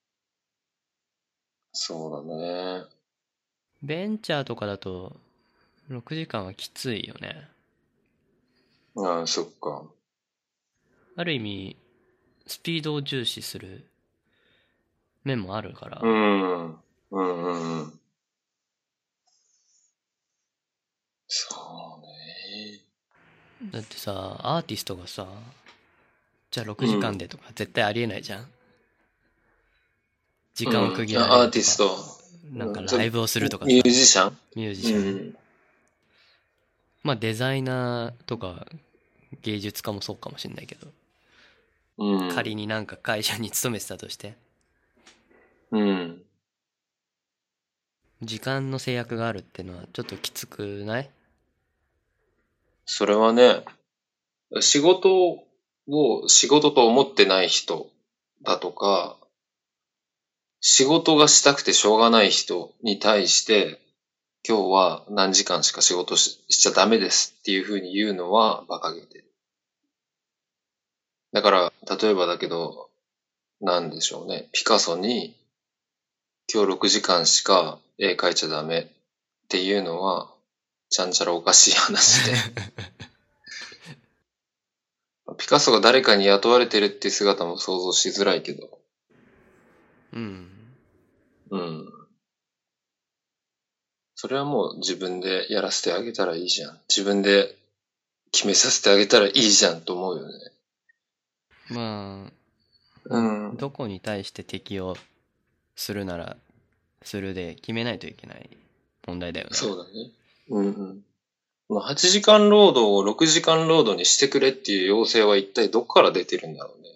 そうだね。 ベンチャーとかだと、ろくじかんはきついよね。 ああ、そっか。 ある意味、スピードを重視する面もあるかうら。 ん。うんうんうん。そうね。 だってさ、アーティストがさ、じゃあ6 うん。 時間でとか絶対ありえないじゃん。時うん。 間を区切られあアーるとか、 ティスト。 なんかうん。そライブをするとかミューさ、 ジシャン。 ミュージうシャン。 ん。 まあデザイナーとか芸術家もそうかもしれないけど、 うん。 仮になんか会社に勤めてたとして、 うん。 時間の制約があるってのはちょっときつくない？ それはね、仕事を仕事と思ってない人だとか、仕事がしたくてしょうがない人に対して、今日は何時間しか仕事し、しちゃダメですっていうふうに言うのは馬鹿げてる。だから、例えばだけど、なんでしょうね。ピカソに今日ろくじかんしか絵描いちゃダメっていうのは、ちゃんちゃらおかしい話で。ピピカソが誰かに雇われてるっていう姿も想像しづらいけど。 うん。 うん。それはもう自分でやらせてあげたらいいじゃん。自分で決めさせてあげたらいいじゃんと思うよね。 まあ、 うん。 どこに対して適用するなら、するで決めないといけない問題だよね。 そうだね。うんうん。このはちじかん労働をろくじかん労働にしてくれっていう要請は一体どこから出てるんだろうね。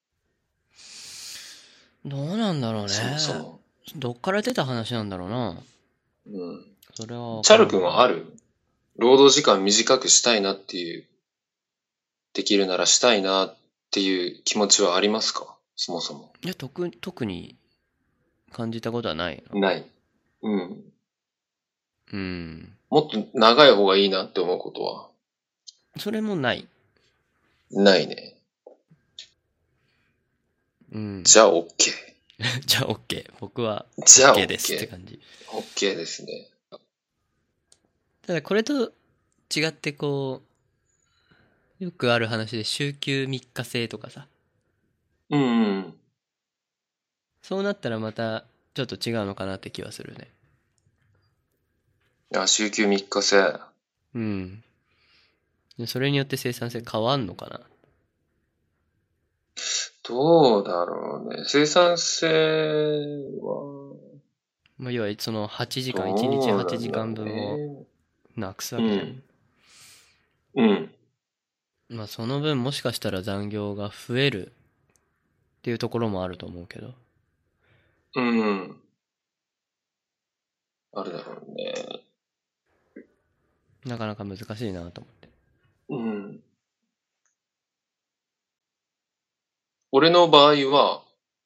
どうなんだろうね。 そもそも。 どっから出た話なんだろうな。 うん。 それは分チャルからんな。 君はある？労働時間短くしたいなっていう、できるならしたいなっていう気持ちはありますか？そもそも。 いや、特、特に感じたことはないな。 ない。うん。 うん。 もっと長い方がいいなって思うことはそれもない。 ないね。 うん。 じゃあ OK。 じゃあ OK。僕はじゃあ OK ですって OK。 感じ。 OK ですね。 ただこれと違ってこう、よくある話で週休みっか制とかさ。 うんうん。 そうなったらまたちょっと違うのかなって気はするね。 あ、週休みっか制。 うん。でそれによって生産性変わんのかな。 どうだろうね。生産性は、 まあ、要はそのはちじかん、いちにち8 どうなん時だろう間分をね。 なくすわけじゃん。 うん。うん。 まあその分もしかしたら残業が増えるっていうところもあると思うけど。 うん。あるだろうね。 なかなか難しいなと思って。 うん。俺の場合は、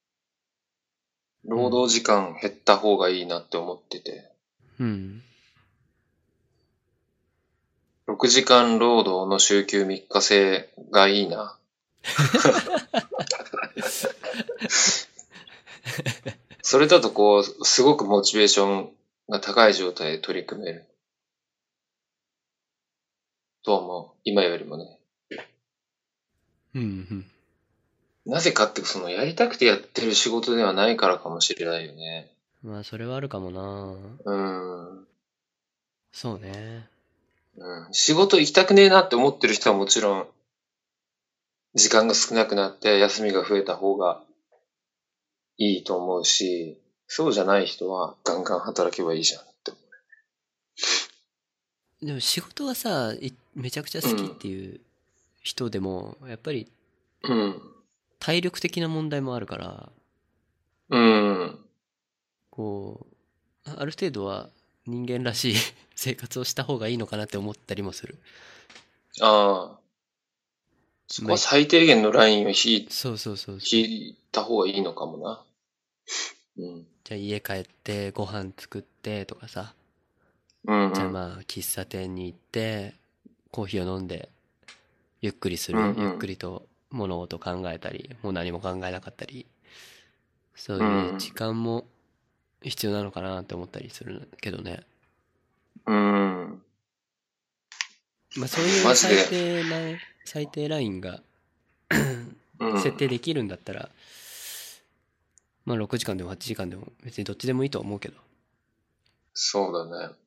労うん。 働時間減った方がいいなって思ってて、 うん。 ろくじかん労働の週休みっか制がいいな。それだとこう、すごくモチベーションが高い状態で取り組める。と思う。今よりもね。 うん。 なぜかってそのやりたくてやってる仕事ではないからかもしれないよね。 まあそれはあるかもな。 うん。 そうね。 うん。仕事行きたくねえなって思ってる人はもちろん、時間が少なくなって休みが増えた方がいいと思うし、そうじゃない人はガンガン働けばいいじゃんってでも仕事がさ、いめちゃくちゃ好きっていう人でも、やっぱり思う。うん。 体力的な問題もあるから、 うん。 こう、ある程度は人間らしい生活をした方がいいのかなって思ったりもする。 ああ。そこまあ、 は最低限のラインを引い、 そうそうそうそう。 引いた方がいいのかもな。うん。 じゃあ家帰ってご飯作ってとかさ。 うんうん。 じゃあまあ喫茶店に行ってコーヒーを飲んでゆっくりする。ゆっうんうん。 くりと物事を考えたり、もう何も考えなかったり。そうういう時ん。 間も必要なのかなって思ったりするけどね。 うん。 まあそういう最マジで。 低な、最低ラインがうん。 設定できるんだったら、まあろくじかんでもはちじかんでも別にどっちでもいいと思うけど。 そうだね。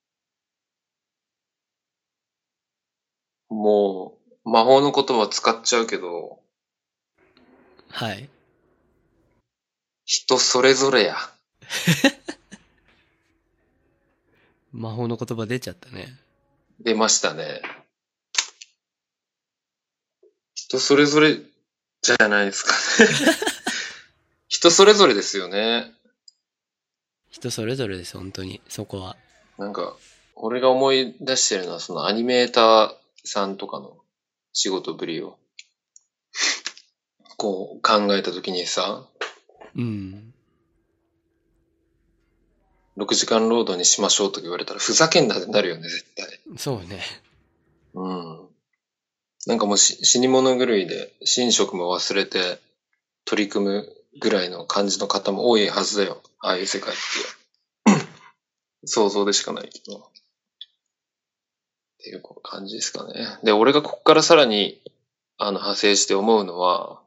もう、魔法の言葉使っちゃうけど、 はい。 人それぞれや。 魔法の言葉出ちゃったね。 出ましたね。人それぞれじゃないですかね。人それぞれですよね。 人それぞれです、本当に。そこは。 なんか、俺が思い出してるのは、そのアニメーターさんとかの仕事ぶりを、こう考えたときにさ、 うん。 ろくじかん労働にしましょうとか言われたら、ふざけんなってなるよね、絶対。 そうね。 うん。なんかもうし死に物狂いで、寝食も忘れて取り組むぐらいの感じの方も多いはずだよ。ああいう世界って。想像でしかないけど。っていう感じですかね。で、俺がこっからさらにあの、派生して思うのは、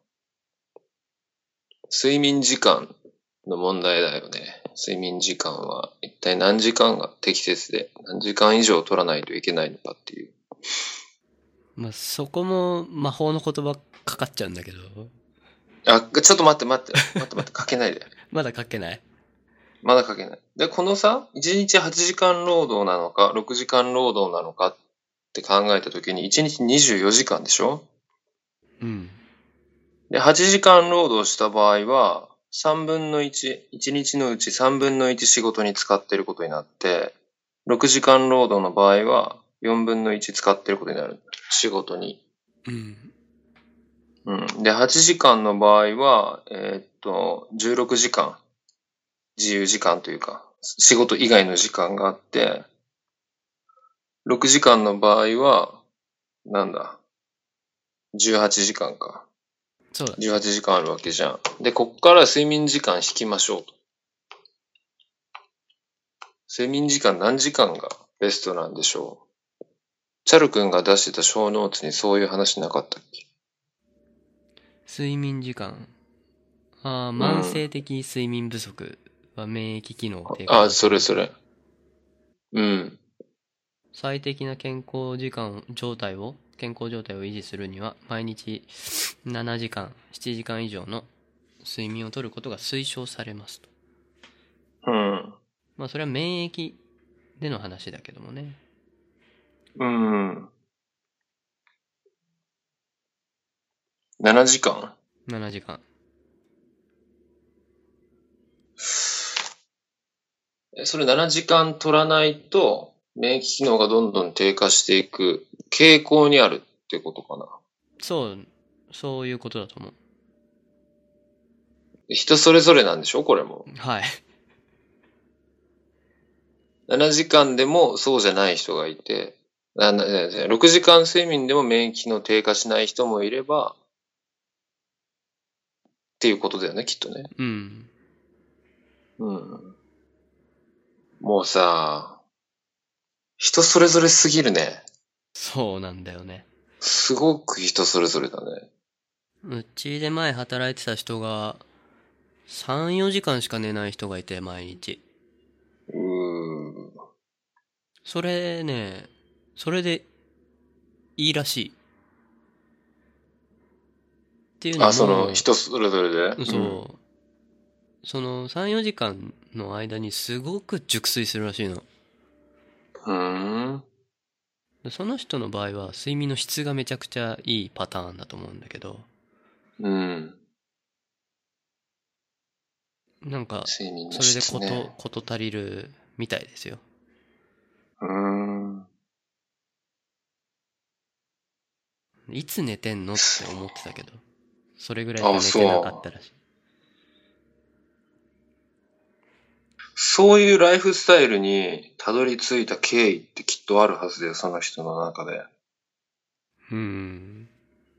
睡眠時間の問題だよね。睡眠時間は一体何時間が適切で、何時間以上取らないといけないのかっていう。 まあ、そこも魔法の言葉かかっちゃうんだけど。 あ、ちょっと待って待って、待って待って、かけないで。 まだ書けない。 まだかけない。で、このさ、いちにちはちじかん労働なのか、ろくじかん労働なのかって考えたときに、いちにちにじゅうよじかんでしょ？ うん。 で、はちじかん労働した場合は、さんぶんのいち、いちにちのうちさんぶんのいち仕事に使ってることになって、ろくじかん労働の場合はよんぶんのいち使ってることになる。仕事に。 うん。 うん。で、はちじかんの場合は、えーっと、じゅうろくじかん、自由時間というか、仕事以外の時間があって、ろくじかんの場合は、なんだ、じゅうはちじかんか。 そうだ。 じゅうはちじかんあるわけじゃん。で、こっから睡眠時間引きましょうと。睡眠時間何時間がベストなんでしょう？チャル君が出してた小ノーツにそういう話なかったっけ？ 睡眠時間。ああ、 うん。 慢性的睡眠不足は免疫機能低下あ、 させる。 それそれ。うん。 最適な健康時間状態を、健康状態を維持するには、毎日しちじかん、ななじかん以上の睡眠をとることが推奨されますと。 うん。 まあ、それは免疫での話だけどもね。 うん。ななじかん？ ななじかん。 え、それななじかん取らないと、免疫機能がどんどん低下していく傾向にあるってことかな。 そう、そういうことだと思う。 人それぞれなんでしょこれも。 はい。 ななじかんでもそうじゃない人がいて、あなろくじかん睡眠でも免疫機能低下しない人もいれば、っていうことだよね、きっとね。 うん。 うん。もうさ、人それぞれすぎるね。 そうなんだよね。 すごく人それぞれだね。 うちで前働いてた人が、さん、よじかんしか寝ない人がいて、毎日。 うーん。 それね、それでいいらしい。っていうのあ、その、 も、 人それぞれでうん。 そう、そのさん、よじかんの間にすごく熟睡するらしいの。 うーん。 その人の場合は睡眠の質がめちゃくちゃいいパターンだと思うんだけど、 うん。 なんか、 睡眠のそれでこと、 質ね。 こと足りるみたいですよ。 うーん。 いつ寝てんのって思ってたけど、それぐらいしかあ、 寝てなかっそう。 たらしい。 そういうライフスタイルにたどり着いた経緯ってきっとあるはずだよ、その人の中で。 うーん。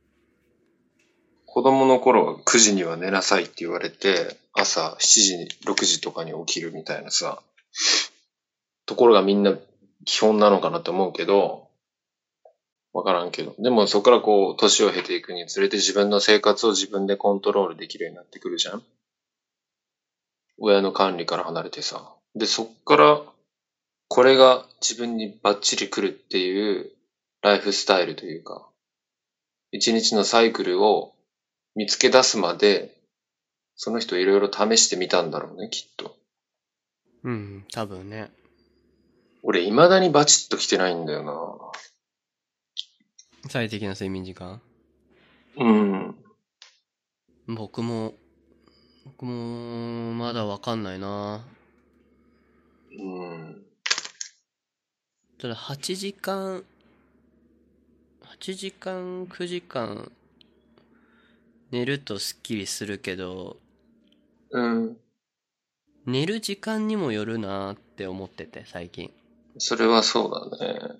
子供の頃はくじには寝なさいって言われて、朝しちじに、ろくじとかに起きるみたいなさ、ところがみんな基本なのかなって思うけど、わからんけど。でもそこからこう、年を経ていくにつれて自分の生活を自分でコントロールできるようになってくるじゃん。親の管理から離れてさ。で、そっから、これが自分にバッチリ来るっていうライフスタイルというか、一日のサイクルを見つけ出すまで、その人いろいろ試してみたんだろうね、きっと。 うん、多分ね。 俺、未だにバチッと来てないんだよ最適な睡眠時間。 な。うん。 僕も、僕も、まだわかんないな。 うん。 ただはちじかん、はちじかん、くじかん寝るとスッキリするけど、 うん。 寝る時間にもよるなって思ってて、最近。 それはそうだね。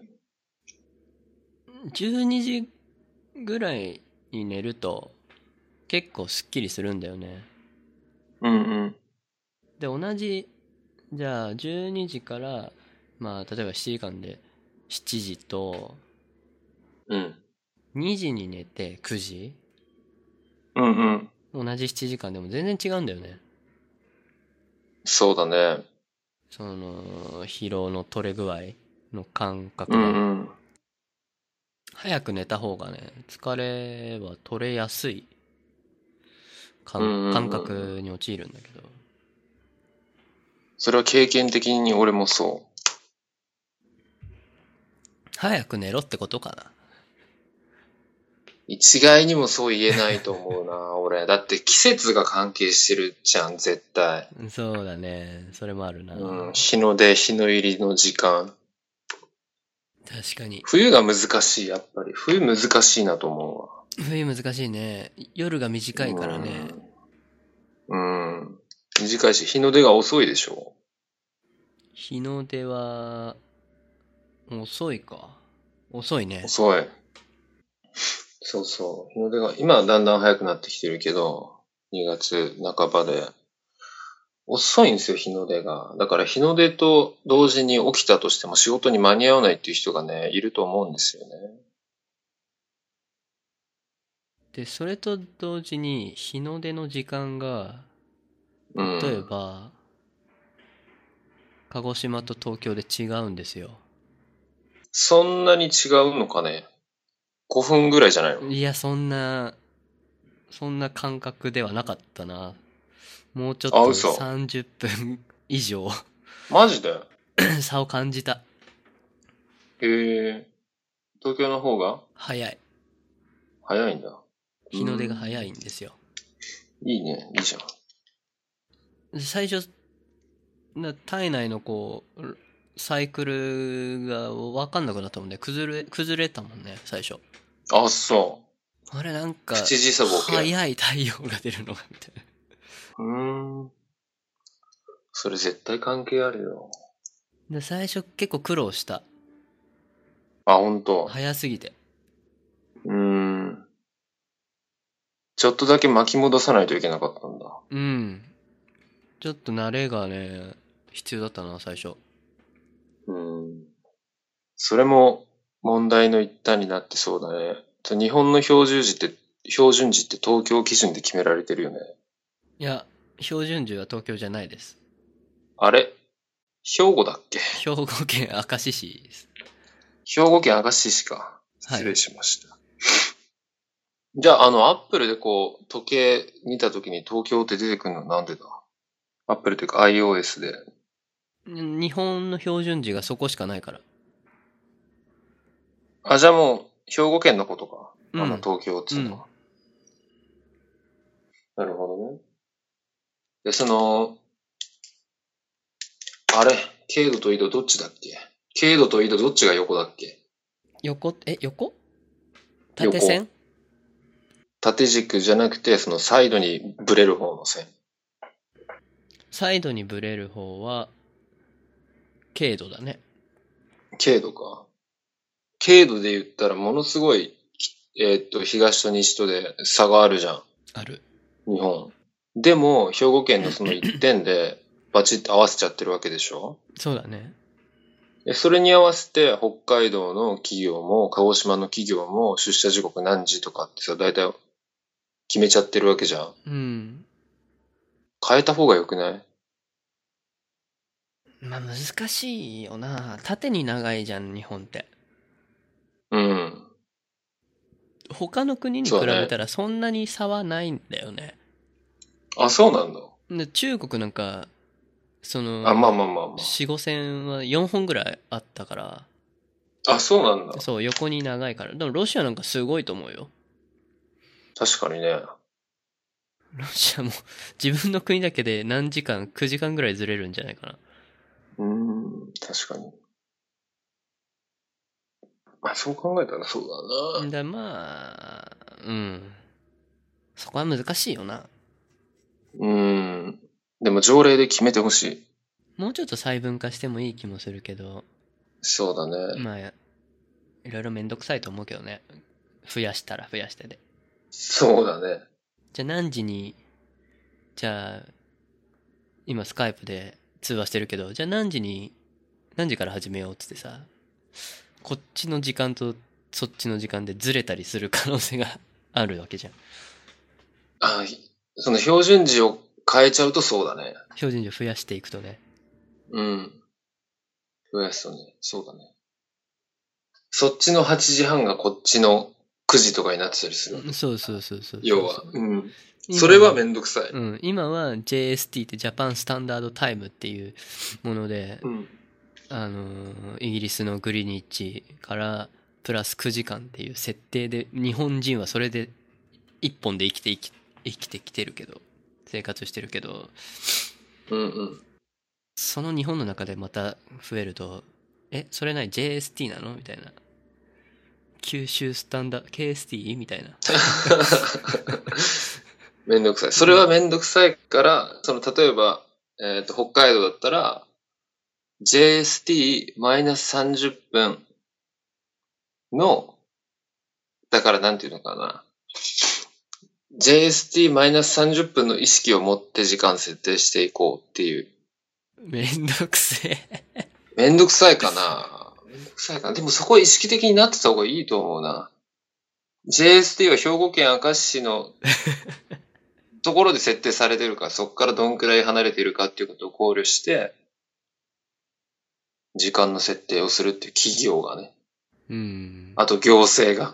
じゅうにじぐらいに寝ると結構スッキリするんだよね。 うんうん。 で、同じ、じゃあじゅうにじから、まあ、例えばしちじかんでしちじと、 うん。 にじに寝てくじ、 うんうん。 同じしちじかんでも全然違うんだよね。 そうだね。 その疲労の取れ具合の感う覚が。 んうん。 早く寝た方がね、疲れは取れやすい感うんうん感うんうん。 覚に陥るんだけど。 それは経験的に俺もそ早く寝ろってことかな。 う。一概にもそう言えないと思うな、俺。だって季節が関係してるじゃん、絶対。 そうだね。それもあるな。 うん。日の出、日の入りの時間。 確かに。 冬が難しい、やっぱり。冬難しいなと思うわ。 冬難しいね。夜が短いからね。 うん。うん。短いし、日の出が遅いでしょ。 日の出は、遅いか。遅いね。 遅い。そうそう。日の出が、今はだんだん早くなってきてるけど、にがつなかばで。遅いんですよ、日の出が。だから日の出と同時に起きたとしても仕事に間に合わないっていう人がね、いると思うんですよね。 で、それと同時に日の出の時間が、 う例えん。 ば、鹿児島と東京で違うんですよ。 そんなに違うのかね。ごふんぐらいじゃないの？ いや、そんな、そんな感覚ではなかったな。もうちょっあ、 と嘘。 さんじゅっぷん以上マジで？ 差を感じた。 へえ。東京の方が早い。 早いんだ。う日の出が早ん。 いんですよ。 いいね。いいじゃん。 最初、な体内のこう、サイクルが分かんなくなったもんね。崩れ、崩れたもんね、最初。 あ、そあれなんう。プか、 チ時差ボケ。 早い太陽が出るのが、みたいな。 うーん。それ絶対関係あるよ。 で、最初結構苦労した。 あ、ほんと。 早すぎて。 うーん。ちょっとだけ巻き戻さないといけなかったんだ。 うん。ちょっと慣れがね、必要だったな、最初。 うーん。それも問題の一端になってそうだね。日本の標準時って、標準時って東京基準で決められてるよね。 いや、標準時は東京じゃないです。 あれ兵庫だっけ？ 兵庫県明石市です。 兵庫県明石市か。失礼はい。 しました。じゃあ、あの、アップルでこう、時計見たときに東京って出てくるのなんでだ？アップルというか iOS で。 日本の標準時がそこしかないから。 あ、じゃあもう、兵庫県のことか。あの、 うん。 東京っうん。 つうのは。なるほどね。で、その、あれ、経度と緯度どっちだっけ？経度と緯度どっちが横だっけ？ 横、え、横縦横。 線縦軸じゃなくて、そのサイドにブレる方の線。 サイドにブレる方は、経度だね。 経度か。経度で言ったらものすごい、えーっと、東と西とで差があるじゃん。 ある。 日本。でも、兵庫県のそのいってんでバチッと合わせちゃってるわけでしょ？ そうだね。 でそれに合わせて、北海道の企業も、鹿児島の企業も、出社時刻何時とかってさ、大体決めちゃってるわけじゃん。 うん。 変えた方が良くない？ まあ難しいよな。縦に長いじゃん、日本って。 うん。 他の国に比そうだね。 べたらそんなに差はないんだよね。 あ、そうなんだ。 で中国なんか、そあ、まあの、 まあまあまよん、ご線はよんほんぐらいあったから、 あ。あ、そうなんだ。 そう、横に長いから。でもロシアなんかすごいと思うよ。 確かにね。 ロシアも自分の国だけで何時間、くじかんぐらいずれるんじゃないかな。 うーん、確かに。まあ、そう考えたらそうだな。 だまあ、うん。そこは難しいよな。 うーん。でも条例で決めてほしい。 もうちょっと細分化してもいい気もするけど、 そうだね。 まあ、いろいろめんどくさいと思うけどね。増やしたら増やしてで。 そうだね。 じゃあ何時に、じゃあ、今スカイプで通話してるけど、じゃあ何時に、何時から始めようっつってさ、こっちの時間とそっちの時間でずれたりする可能性があるわけじゃん。 あ、その標準時を変えちゃうとそうだね。 標準時を増やしていくとね。 うん。増やすとね、そうだね。そっちのはちじはんがこっちのくじとかになってたりするわけ。 そうそうそうそうそう。 要は。うん。 今それはめんどくさい。 うん、今は ジェイエスティー ってジャパンスタンダードタイムっていうもので、 うん。 あのーイギリスのグリニッチからプラスくじかんっていう設定で、日本人はそれで一本で生きて生き生きてきてるけど、生活してるけど、 うんうん。 その日本の中でまた増えると、え、それない ジェイエスティー なのみたいな。九州スタンダード ケーエスティー みたいな。 めんどくさい。それはめんどくさいから、その、例えば、えっと、北海道だったら、ジェイエスティーマイナスさんじゅっぷん の、だからなんていうのかな。ジェイエスティーマイナスさんじゅっぷん の意識を持って時間設定していこうっていう。 めんどくせえ。 めんどくさいかな。めんどくさいかな。でもそこは意識的になってた方がいいと思うな。ジェイエスティー は兵庫県明石市のところで設定されてるから、そこからどんくらい離れているかっていうことを考慮して、時間の設定をするっていう企業がね。 うん。 あと行政が。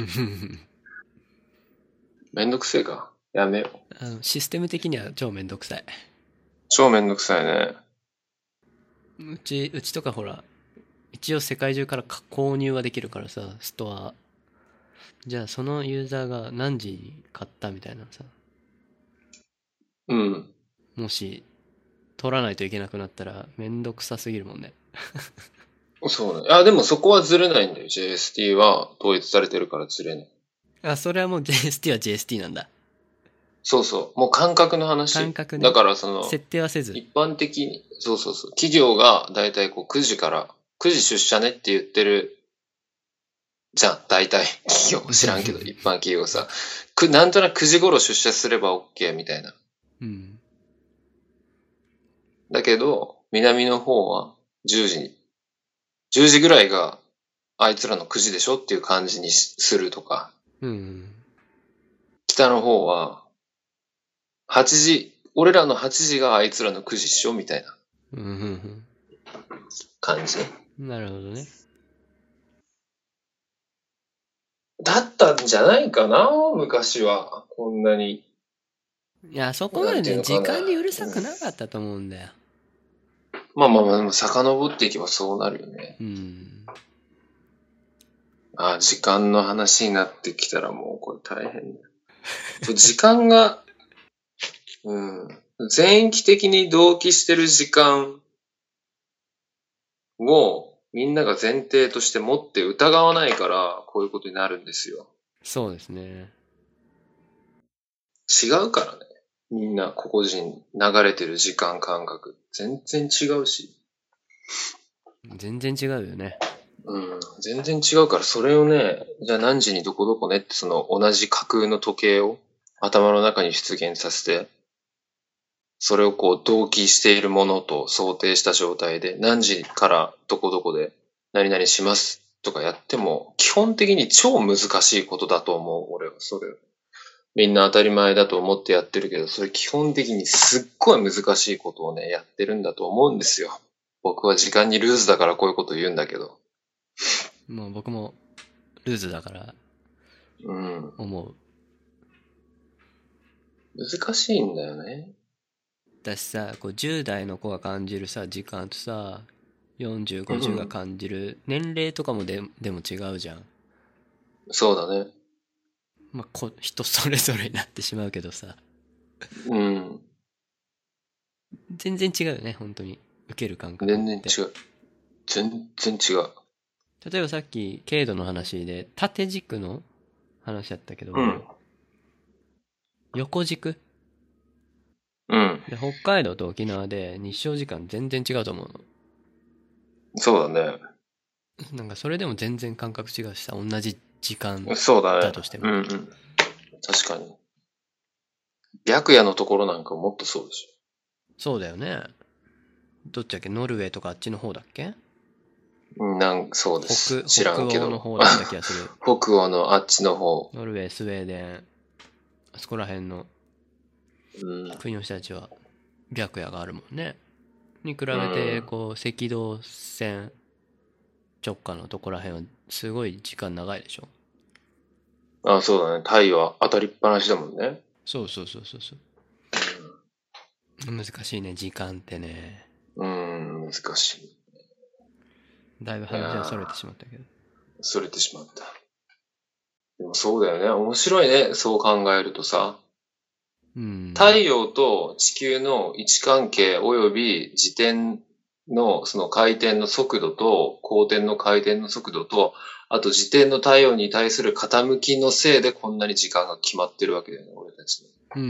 めんどくせえか。やめよう。 あのシステム的には超めんどくさい。 超めんどくさいね。 うち、うちとかほら、一応世界中から購入はできるからさ、ストア。じゃあそのユーザーが何時に買ったみたいなさ、 うん。 もし取らないといけなくなったらめんどくさすぎるもんね。 そうね。あ、でもそこはずれないんだよ。ジェイエスティー は統一されてるからずれない。 あ、それはもう ジェイエスティー は ジェイエスティー なんだ。 そうそう。もう感覚の話。 感覚ね。 だからその、 設定はせず。 一般的に、そうそうそう。企業がだいたいこうくじから、くじ出社ねって言ってるじゃん。大体。企業。知らんけど、一般企業さ。く、なんとなくくじ頃出社すれば OK みたいな。 うん。 だけど、南の方はじゅうじに、じゅうじぐらいがあいつらのくじでしょっていう感じにするとか。 うん。 北の方は、はちじ、俺らのはちじがあいつらのくじっしょみたいなうんうん感じ。 うん。なるほどね。 だったんじゃないかな昔は。こんなに。 いや、そこまでね、時間にうるさくなかったと思うんだよ。 まあまあまあ、でも遡っていけばそうなるよね。 うん。 ああ、時間の話になってきたらもうこれ大変だよ。時間が、うん。全域的に同期してる時間をみんなが前提として持って疑わないからこういうことになるんですよ。 そうですね。 違うからね。みんな個々人流れてる時間感覚全然違うし。 全然違うよね。 うん。全然違うからそれをね、じゃあ何時にどこどこねってその同じ架空の時計を頭の中に出現させて、それをこう同期しているものと想定した状態で何時からどこどこで何々しますとかやっても基本的に超難しいことだと思う。俺はそれ。みんな当たり前だと思ってやってるけど、それ基本的にすっごい難しいことをね、やってるんだと思うんですよ。僕は時間にルーズだからこういうこと言うんだけど。 もう僕もルーズだからうん。 思う。 難しいんだよね。 私さ、こうじゅう代の子が感じるさ、時間とさ、よんじゅう、 うごじゅうがん。 感じる年齢とかもででも違うじゃん。 そうだね。 まあ、こ人それぞれになってしまうけどさ、 うん。 全然違うよね、本当に。受ける感覚って。 全然違う。全然違う。 例えばさっき、軽度の話で、縦軸の話だったけども、 うん。 横軸うん。 で、北海道と沖縄で日照時間全然違うと思うの。 そうだね。 なんかそれでも全然感覚違うしさ、同じ時間そうだね。 だとしても。 うんうん。確かに。白夜のところなんかもっとそうでしそうだよね。どっちだっけ、ノルウェーとかあっちの方だっけ？ うんなんそうで北、 す。知ら北んけど。 欧の方だった気がする。 北欧のあっちの方。 ノルウェー、スウェーデン、あそこら辺のうん。 国の人たちは白夜があるもんね。に比うべて、 ん。 こう、赤道線直下のとこら辺はすごい時間長いでしょ。 あ、そうだね。タイは当たりっぱなしだもんね。 そうそうそうそうそう。難しいね、時間ってね。 うん、難しい。 だいぶいや話はそれてー、 しまったけど。 それてしまった。でもそうだよね。面白いね。そう考えるとさ。 うん。 太陽と地球の位置関係及び自転のその回転の速度と公転の回転の速度と、あと自転の太陽に対する傾きのせいでこんなに時間が決まってるわけだよね、俺たちの。 うん。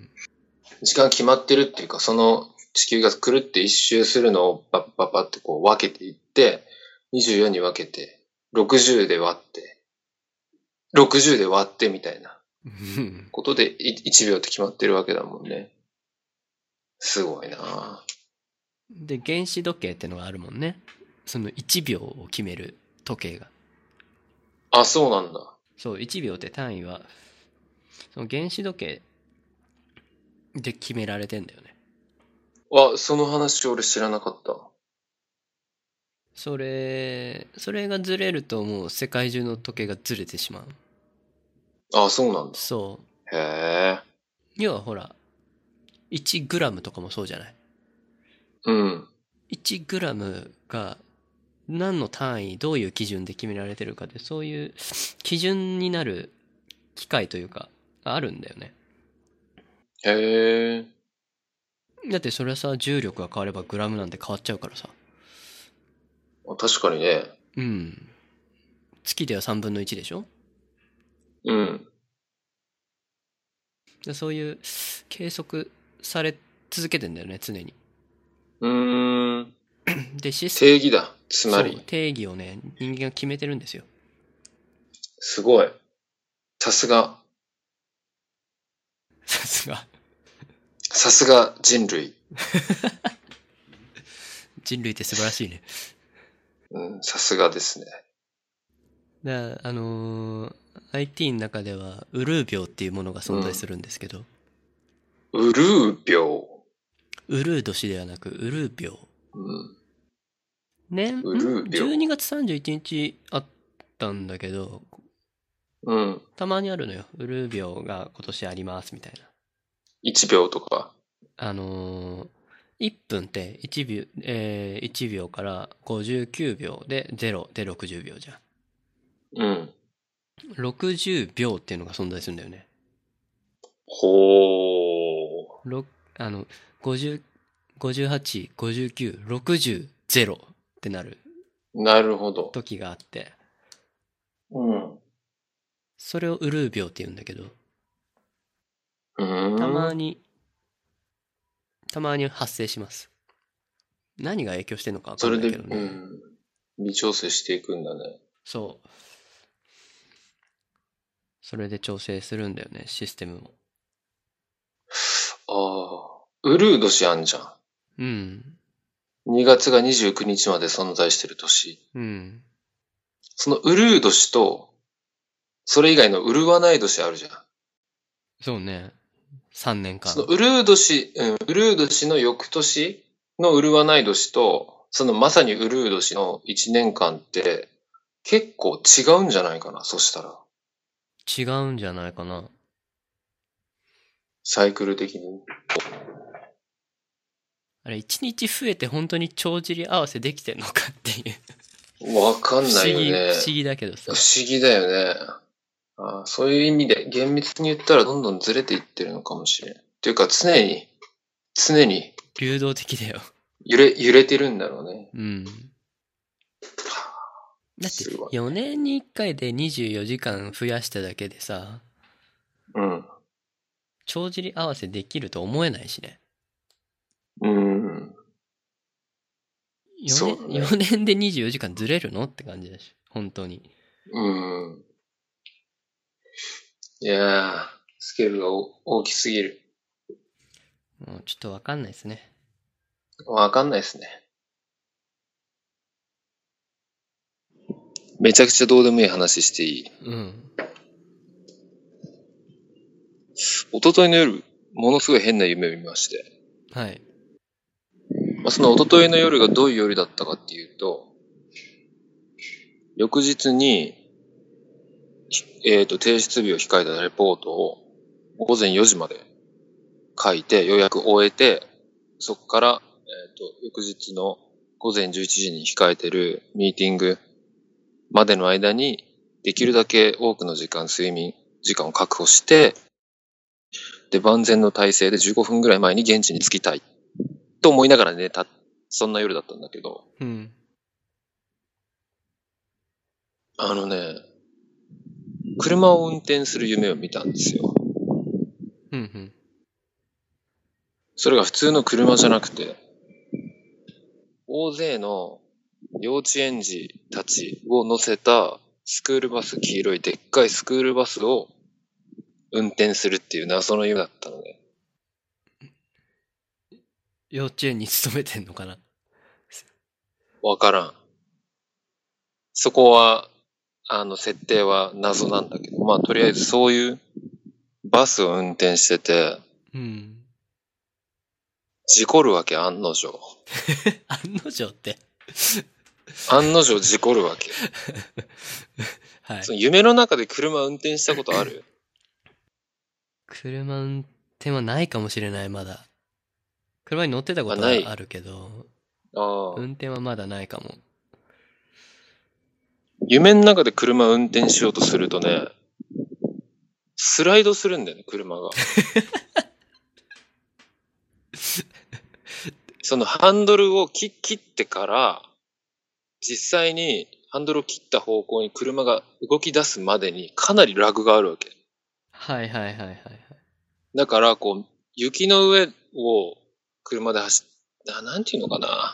時間決まってるっていうか、その地球がくるって一周するのをバッバッバッってこう分けていって、にじゅうよんに分けて、ろくじゅうで割って、ろくじゅうで割ってみたいなことでいちびょうって決まってるわけだもんね。すごいなぁ。 で、原子時計ってのがあるもんね。そのいちびょうを決める時計が。 あ、そうなんだ。 そう、いちびょうって単位は、その原子時計で決められてんだよね。 あ、その話俺知らなかった。 それ、それがずれるともう世界中の時計がずれてしまう。 あ、そうなんだ。 そへえ。 う。要はほら、いちグラムとかもそうじゃない。 うん。 いちグラムが何の単位、どういう基準で決められてるかで、そういう基準になる機械というか、あるんだよね。 へえ。 だってそれはさ、重力が変わればグラムなんて変わっちゃうからさ。 確かにね。 うん。月ではさんぶんのいちでしょ。 うん。 でそういう計測され続けてんだよね、常に。 うーん。 で、シス、 定義だ。つまそう、 り。 定義をね、人間が決めてるんですよ。 すごい。さすが。 さすが。 さすが人類。 人類って素晴らしいね。 うん、さすがですね。 だあのー アイティー の中では、ウルー秒っていうものが存在うん。 するんですけど、 ウルー秒。 ウルー年ではなく、ウルー秒。 うん。 年、んウルー ?じゅうに秒。 月さんじゅういちにちあったんだけど、 うん。 たまにあるのよ。ウルー秒が今年ありますみたいな。 いちびょうとか。 あのー、いっぷんっていちびょう、えー、いちびょうからごじゅうきゅうびょうでゼロでろくじゅうびょうじゃん。 うん。 ろくじゅうびょうっていうのが存在するんだよね。 ほろあの、ごじゅう、ごじゅうはち、ごじゅうきゅう、ろくじゅう、ゼロってなるー。なるほど。 時があって、 うん。うそれをウルー秒って言うんだけど、たーん。 まに、たまに発生します。何が影響してんのかわかんないそれで、 けどね。 うん。微調整していくんだね。 そう。それで調整するんだよね、システムも。 ああ。ウルー年あんじゃうん。 ん。にがつがにじゅうくにちまで存在してる年。 うん。 そのウルー年と、それ以外のウルワナイ年あるじゃん。 そうね。さんねんかん。 そのウルー年、うん、ウルー年の翌年のウルワナイ年と、そのまさにウルー年のいちねんかんって結構違うんじゃないかな、そしたら。 違うんじゃないかな。 サイクル的に。 あれ、一日増えて本当に帳尻合わせできてんのかっていう。 わかんないよ不思議、 ね。 不思議だけどさ。 不思議だよね。ああ、そういう意味で厳密に言ったらどんどんずれていってるのかもしれん。っていうか常に、常に流動的だよ。 揺れ、揺れてるんだろうね。 うん。だってすごい。 よねんにいっかいでにじゅうよじかん増やしただけでさ、 うん。 帳尻合わせできると思えないしね。 うん。そ 4年、 うだね。 よねんでにじゅうよじかんずれるのって感じだし。本当に。 うん。いやー、スケールがお大きすぎる。 もうちょっとわかんないですね。 わかんないですね。 めちゃくちゃどうでもいい話していい？ うん。 一昨日の夜、ものすごい変な夢を見まして。 はい。 まあ、その一昨日の夜がどういう夜だったかっていうと、翌日に、えっと、提出日を控えたレポートを午前よじまで書いて、予約終えて、そこから、えっと、翌日の午前じゅういちじに控えてるミーティングまでの間に、できるだけ多くの時間、睡眠時間を確保して、で、万全の体制でじゅうごふんぐらい前に現地に着きたいと思いながら寝た、そんな夜だったんだけど、 うん。 あのね、車を運転する夢を見たんですよ。 うんうん。 それが普通の車じゃなくて、大勢の幼稚園児たちを乗せたスクールバス、黄色いでっかいスクールバスを運転するっていう謎の夢だったのね。 幼稚園に勤めてんのかな？ わからん。そこは、あの、設定は謎なんだけど、まあ、とりあえずそういうバスを運転してて、 うん。 事故るわけ、案の定。 案の定って。 案の定事故るわけ。 はい。 その夢の中で車運転したことある？ 車運転はないかもしれない、まだ。車に乗ってたことあないはあるけど、 ああ。 運転はまだないかも。 夢の中で車運転しようとするとね、スライドするんだよね、車が。そのハンドルを切切ってから、実際にハンドルを切った方向に車が動き出すまでにかなりラグがあるわけ。 はいはいはいはいはい。 だから、こう、雪の上を車で走っ、ななんていうのかな。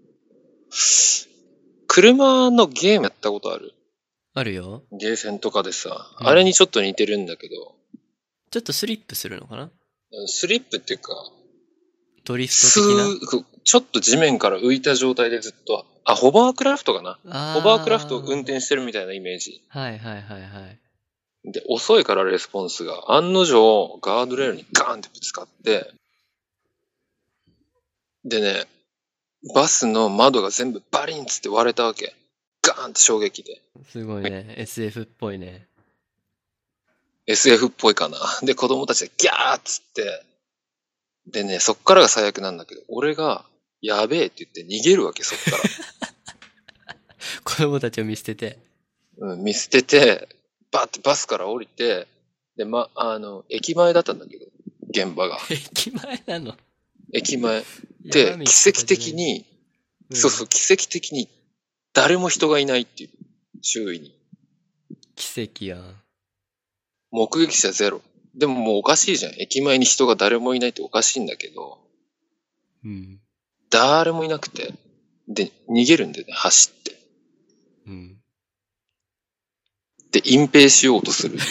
車のゲームやったことある？ あるよ。 ゲーセンとかでさ、 うんあれにちょっと似てるんだけど、 ちょっとスリップするのかな？ スリップっていうか、 ドリフスト的な。 ー、ちょっと地面から浮いた状態でずっと、あ、ホバークラフトかな。 あホバークラフトを運転してるみたいなイメージ。 はいはいはいはい。 で、遅いからレスポンスが、案の定、ガードレールにガーンってぶつかって、でね、バスの窓が全部バリンつって割れたわけ。ガーンって衝撃で。 すごいね。エスエフ っぽいね。 エスエフ っぽいかな。で、子供たちでギャーっつって、でね、そっからが最悪なんだけど、俺が、やべえって言って逃げるわけ、そっから。 子供たちを見捨てて。 うん、見捨てて、バーってバスから降りて、で、ま、あの、駅前だったんだけど、現場が。 駅前なの？ 駅前。で、 山道奇跡とかじゃない的に、 うんそうそう、奇跡的に誰も人がいないっていう、周囲に。 奇跡やん。 目撃者ゼロ。でももうおかしいじゃん。駅前に人が誰もいないっておかしいんだけど、 うん。 誰もいなくて、で、逃げるんだよね、走って。 うん。 で、隠蔽しようとする。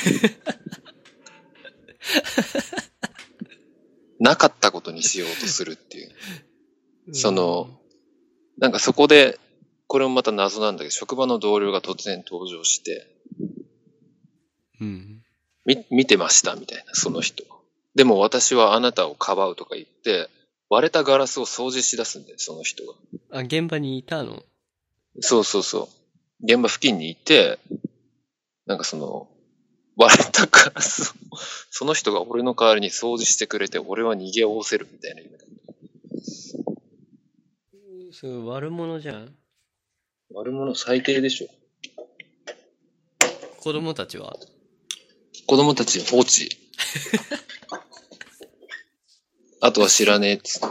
なかったことにしようとするっていう。その、なんかそこで、これもまた謎なんだけど、職場の同僚が突然登場して、 うん。 み、見てましたみたいな、その人。でも私はあなたをかばうとか言って、割れたガラスを掃除しだすんだよ、その人が。 あ、現場にいたの？ そうそうそう。現場付近にいて、なんかその、割れたガラスを、その人が俺の代わりに掃除してくれて、俺は逃げおおせるみたいな夢だった。 それ悪者じゃん。 悪者最低でしょ。 子供たちは？ 子供たち放置。あとは知らねえっつって。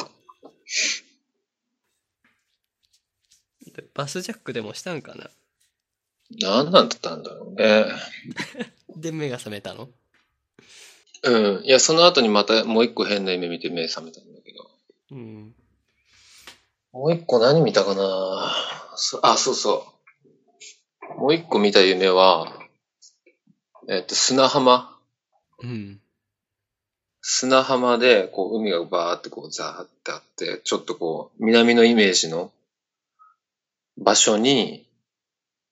バスジャックでもしたんかな？ 何なんだったんだろうね。 で、目が覚めたの？ うん。いや、その後にまたもう一個変な夢見て目覚めたんだけど。 うん。 もう一個何見たかな。そあ、そうそう。もう一個見た夢は、えっと、砂浜。 うん。 砂浜で、こう、海がバーってこう、ザーってあって、ちょっとこう、南のイメージの場所に、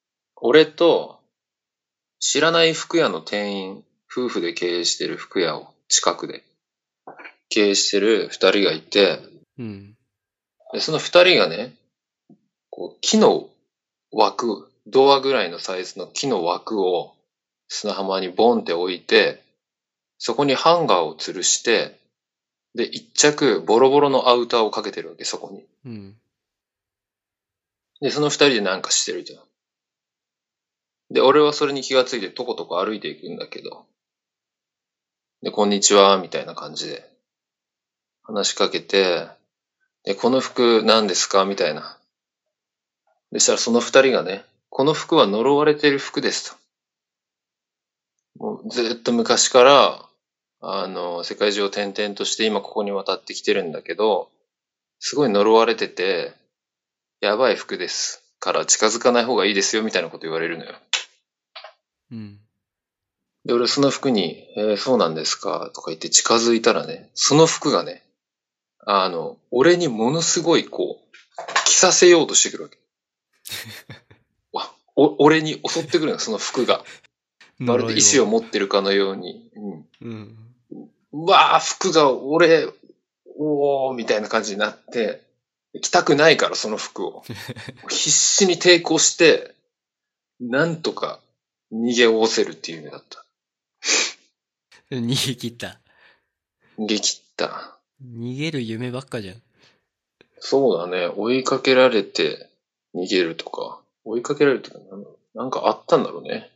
俺と知らない服屋の店員、夫婦で経営してる服屋を近くで経営してる二人がいて、 うん。 でその二人がね、こう木の枠、ドアぐらいのサイズの木の枠を砂浜にボンって置いて、そこにハンガーを吊るして、で、一着ボロボロのアウターをかけてるわけ、そこに。 うん。 で、その二人でなんかしてるじゃん。で、俺はそれに気がついてとことこ歩いていくんだけど、で、こんにちは、みたいな感じで話しかけて、で、この服何ですかみたいな。でしたらその二人がね、この服は呪われてる服ですと。もうずっと昔から、あの、世界中を転々として今ここに渡ってきてるんだけど、すごい呪われてて、やばい服です。から近づかない方がいいですよ、みたいなこと言われるのよ。 うん。 で、俺その服に、えー、そうなんですかとか言って近づいたらね、その服がね、あの、俺にものすごいこう、着させようとしてくるわけ。わお俺に襲ってくるの、その服が。まるで意志を持ってるかのように。 うん。 うん、うわぁ、服が俺、おー、みたいな感じになって、着たくないからその服を。必死に抵抗して、なんとか逃げおおせるっていう夢だった。 逃げ切った。 逃げ切った。 逃げる夢ばっかじゃん。 そうだね。追いかけられて逃げるとか。追いかけられるとか、なんだろうなんかあったんだろうね。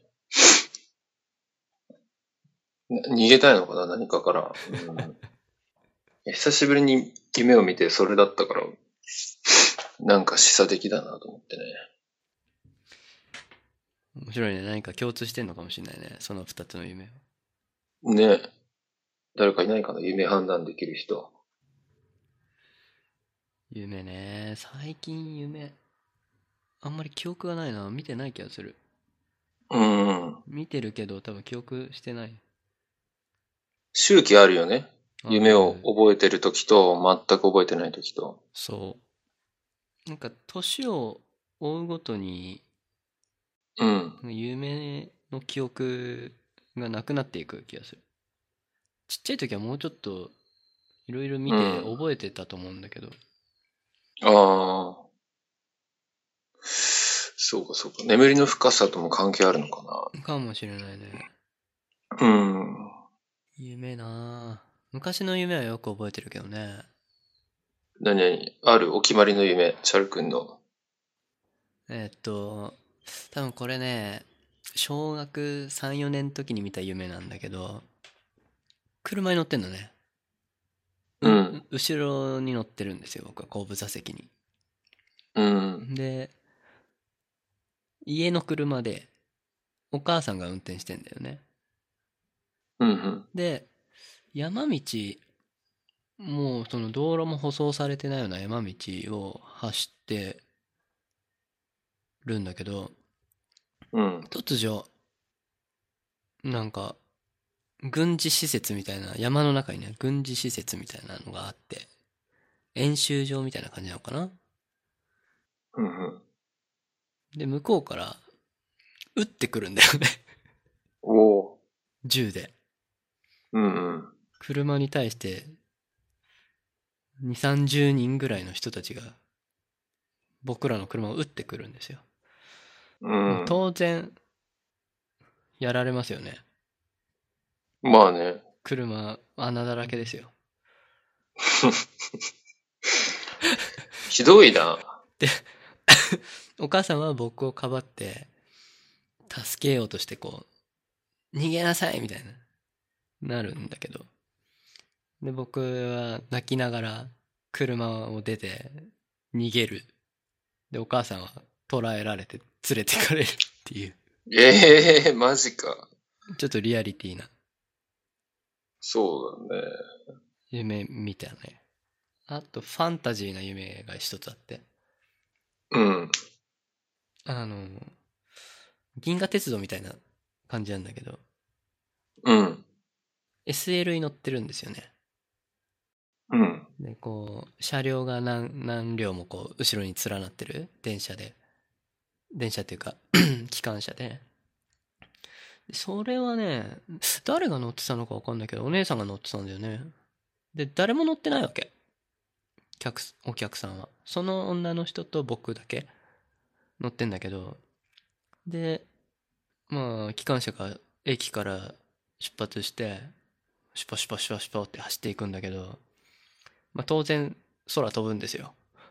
な逃げたいのかな何かから。うん、久しぶりに夢を見てそれだったから、なんか示唆的だなと思ってね。 面白いね。何か共通してんのかもしれないね。その二つの夢は。 ね。誰かいないかな夢判断できる人。 夢ね。最近夢。あんまり記憶がないな。見てない気がする。 うん。 見てるけど多分記憶してない。 周期あるよね。 ある夢をある。 覚えてる時と、全く覚えてない時と。 そう。なんか年を追うごとにうん。 夢の記憶がなくなっていく気がする。ちっちゃい時はもうちょっといろいろ見てうん。 覚えてたと思うんだけど。 ああ。そうかそうか。眠りの深さとも関係あるのかかもしれないね。 な。うん。 夢なぁ。昔の夢はよく覚えてるけどね。 何々あるお決まりの夢、チャル君の。 えーっと、多分これね、小学さん、よねんの時に見た夢なんだけど、車に乗ってんのね。う、ううん。 後ろに乗ってるんですよ、僕は後部座席に。 うん。 で、家の車で、お母さんが運転してんだよね。 うん。うん。 で、山道、もうその道路も舗装されてないような山道を走ってるんだけど、 うん。 突如、なんか、軍事施設みたいな、山の中にね、軍事施設みたいなのがあって、演習場みたいな感じなのかな。 うん。 で、向こうから撃ってくるんだよね。 おお。 銃で。 うんうん。 車に対してに、さんじゅうにんぐらいの人たちが僕らの車を撃ってくるんですよ。 うもうん。 当然やられますよね。 まあね。 車穴だらけですよ。 ひどいな。 で、お母さんは僕をかばって助けようとしてこう、逃げなさいみたいな、なるんだけど。で、僕は泣きながら車を出て逃げる。で、お母さんは捕らえられて連れてかれるっていう、 ええー、マジか。 ちょっとリアリティなそうだね。 夢見たね。あと、ファンタジーな夢が一つあって。 うん。 あの、銀河鉄道みたいな感じなんだけど、 うん。 エスエル に乗ってるんですよね。 うん。 で、こう、車両が何、何両もこう、後ろに連なってる電車で。 電車っていうか機関車で、それはね、誰が乗ってたのかわかんないけど、お姉さんが乗ってたんだよね。で、誰も乗ってないわけ。客、お客さんは。その女の人と僕だけ乗ってんだけど、で、まあ、機関車が駅から出発して、シュパシュパシュパシュパって走っていくんだけど、まあ当然、空飛ぶんですよ。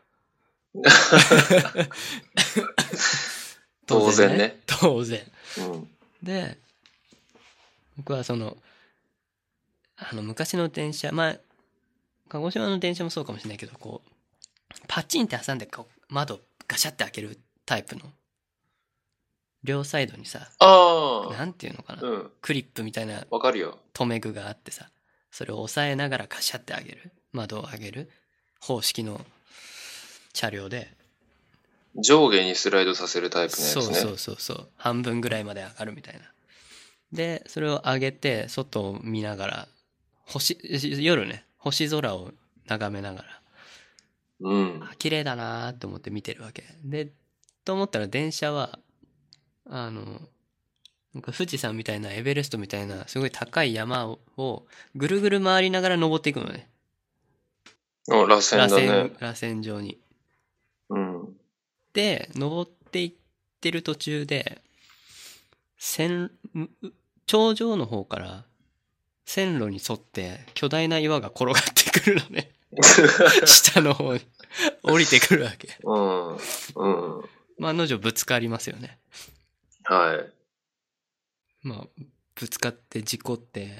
当然ね。 当然。 うん。 で、僕はその、あの、昔の電車、まあ、鹿児島の電車もそうかもしれないけど、こう、パチンって挟んでこう窓ガシャって開けるタイプの、両サイドにさ、 ああ。 なんていうのかな、 うん。 クリップみたいなわかるよ。 留め具があってさ、それを押さえながらガシャって開ける、窓を開ける方式の車両で、 上下にスライドさせるタイプのやつね。 そうそうそうそう、半分ぐらいまで上がるみたいな。で、それを上げて外を見ながら、星、夜ね、星空を眺めながら、 うん。 あ、綺麗だなーって思って見てるわけで、と思ったら電車はあのなんか富士山みたいなエベレストみたいなすごい高い山ををぐるぐる回りながら登っていくのね。 お、螺旋螺だね。 旋螺旋状に。 うん。 で登っていってる途中で線頂上の方から線路に沿って巨大な岩が転がってくるのね。下の方に降りてくるわけ。 うん。うん。 まあ案の定ぶつかりますよね。 はい。 まあぶつかって事故って、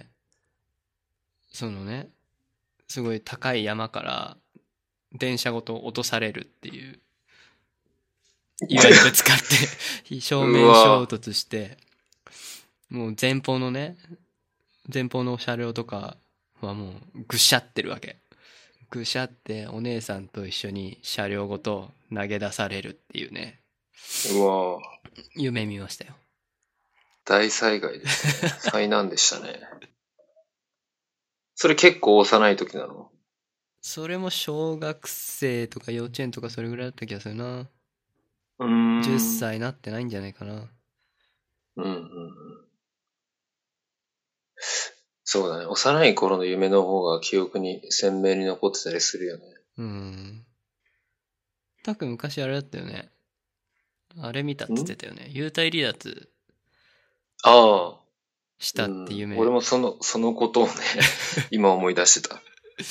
そのね、すごい高い山から電車ごと落とされるっていう、岩にぶつかって正面衝突して、もう前方のね、前方の車両とかはもうぐしゃってるわけ。ぐしゃってお姉さんと一緒に車両ごと投げ出されるっていうね、 うわ夢見ましたよ。 大災害ですね。災難でしたね。それ結構幼い時なの？ それも小学生とか幼稚園とかそれぐらいだった気がするな。 うーん。 じゅっさいなってないんじゃないかな。 うんうんうん。そうだね。幼い頃の夢の方が記憶に鮮明に残ってたりするよね。 うん。たくん昔あれだったよね。あれ見たって言ってたよね。幽体離脱ああ。 したってうん。 夢。 俺もその、そのことをね、今思い出してた。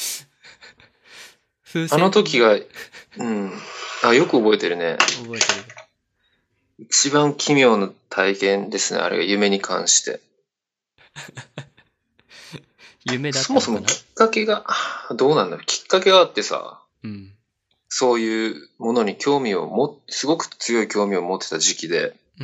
風あの船時が、うん。あ、よく覚えてるね。 覚えてる。 一番奇妙な体験ですね。あれが夢に関して。 夢だったそのかな。 もそもきっかけが、どうなんだろう。きっかけがあってさ、 うん。 そういうものに興味をも、すごく強い興味を持ってた時期で、 うん。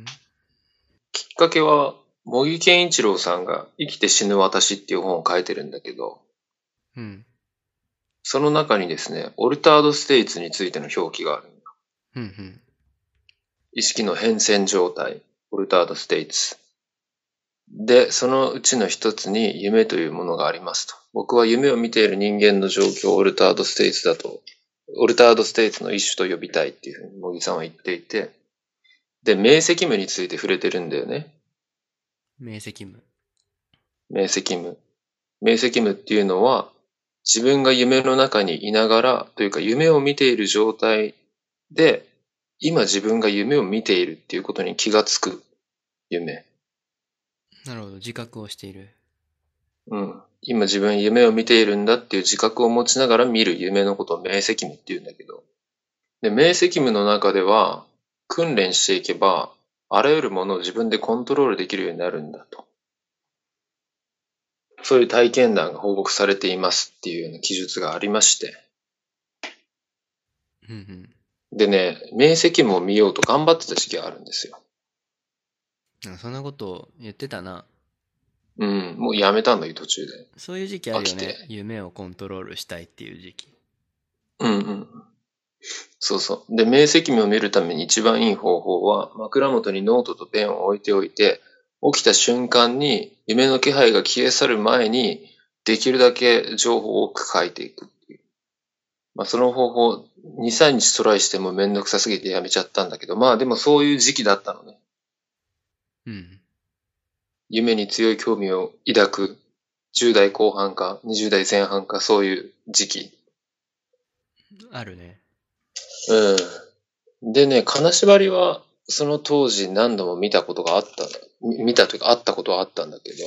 きっかけは、茂木健一郎さんが生きて死ぬ私っていう本を書いてるんだけど、 うん。 その中にですね、オルタードステイツについての表記がある。 うん。うん。 意識の変遷状態、オルタードステイツ。で、そのうちの一つに夢というものがありますと。僕は夢を見ている人間の状況をオルタードステイツだと、オルタードステイツの一種と呼びたいっていうふうに茂木さんは言っていて、で、明晰夢について触れてるんだよね。 明晰夢。 明晰夢。明晰夢っていうのは、自分が夢の中にいながら、というか夢を見ている状態で、今自分が夢を見ているっていうことに気がつく夢。 なるほど。自覚をしている。 うん。今自分夢を見ているんだっていう自覚を持ちながら見る夢のことを明晰夢って言うんだけど。で、明晰夢の中では、訓練していけば、あらゆるものを自分でコントロールできるようになるんだと。そういう体験談が報告されていますっていうような記述がありまして。 うん。 でね、明晰夢を見ようと頑張ってた時期があるんですよ。 うん。そんなことを言ってたな。 うん、もうやめたんだよ、途中で。 そういう時期あるよね。 飽きて。 夢をコントロールしたいっていう時期。 うんうん。そうそう。で、明晰夢を見るために一番いい方法は、枕元にノートとペンを置いておいて、起きた瞬間に夢の気配が消え去る前に、できるだけ情報を多く書いていくっていう。 まあその方法、に、さんにちトライしてもめんどくさすぎてやめちゃったんだけど、まあでもそういう時期だったのね。 うん。 夢に強い興味を抱くじゅう代後半かにじゅう代前半かそういう時期。 あるね。 うん。でね、金縛りはその当時何度も見たことがあった、み見たというかあったことはあったんだけど、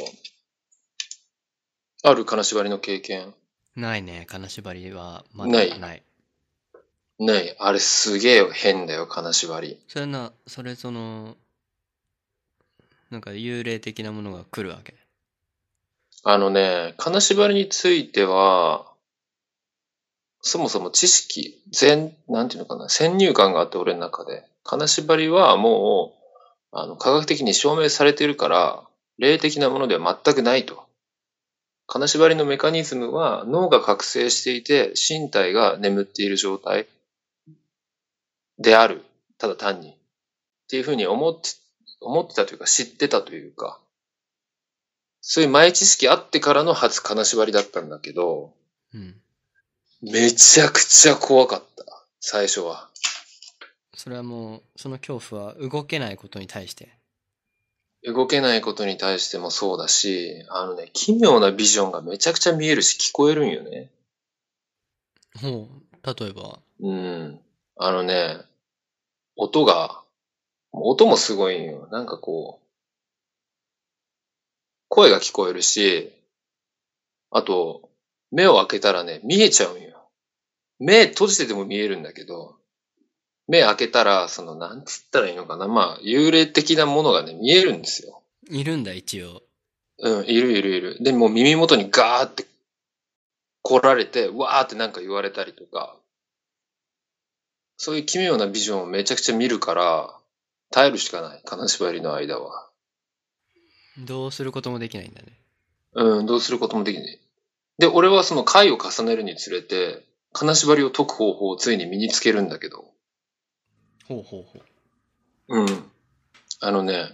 ある金縛りの経験ないね。金縛りはまだないない。 ない。あれすげえ変だよ、金縛り。 それな、それその、なんか幽霊的なものが来るわけ。 あのね、金縛りについては、そもそも知識、全、なんていうのかな、先入観があって俺の中で。金縛りはもう、あの、科学的に証明されているから、霊的なものでは全くないと。金縛りのメカニズムは脳が覚醒していて、身体が眠っている状態である。ただ単に。っていうふうに思って、思ってたというか知ってたというか、そういう前知識あってからの初金縛りだったんだけど、 うん。 めちゃくちゃ怖かった。最初は。 それはもう、その恐怖は動けないことに対して。 動けないことに対してもそうだし、あのね、奇妙なビジョンがめちゃくちゃ見えるし聞こえるんよね。 ほう、例えば。 うん。あのね、音が、音もすごいんよ。なんかこう、声が聞こえるし、あと、目を開けたらね、見えちゃうんよ。目閉じてても見えるんだけど、目開けたら、その、なんつったらいいのかな。まあ、幽霊的なものがね、見えるんですよ。 いるんだ、一応。 うん、いるいるいる。で、もう耳元にガーって来られて、わーってなんか言われたりとか、そういう奇妙なビジョンをめちゃくちゃ見るから、耐えるしかない。金縛りの間は。 どうすることもできないんだね。 うん、どうすることもできない。で、俺はその回を重ねるにつれて、金縛りを解く方法をついに身につけるんだけど、 ほうほうほう。 うん。あのね、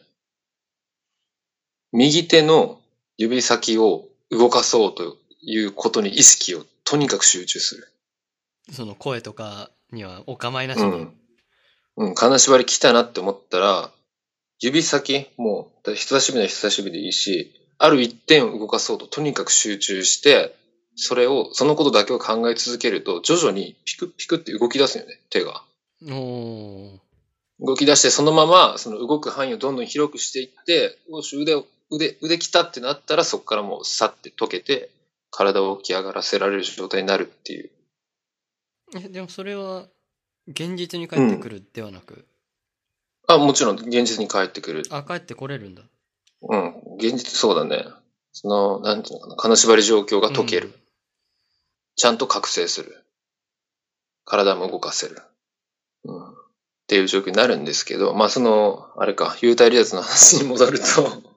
右手の指先を動かそうということに意識をとにかく集中する。 その声とかにはお構いなしに。 うん。うん、金縛り来たなって思ったら、指先、もう、人差し指の人差し指でいいし、ある一点を動かそうととにかく集中して、それを、そのことだけを考え続けると、徐々にピクピクって動き出すよね、手が。 おー。 動き出して、そのまま、その動く範囲をどんどん広くしていって、よし、腕を、腕、腕来たってなったら、そこからもう、さって溶けて、体を起き上がらせられる状態になるっていう。 え、でもそれは、現実に帰ってくるではなく。 あ、もちろん、現実に帰ってくる。 あ、帰ってこれるんだ。 うん、現実、そうだね。その、なんていうのかな、金縛り状況が解ける。 うんちゃんと覚醒する。体も動かせる。うん。っていう状況になるんですけど、まあその、あれか、幽体離脱の話に戻ると、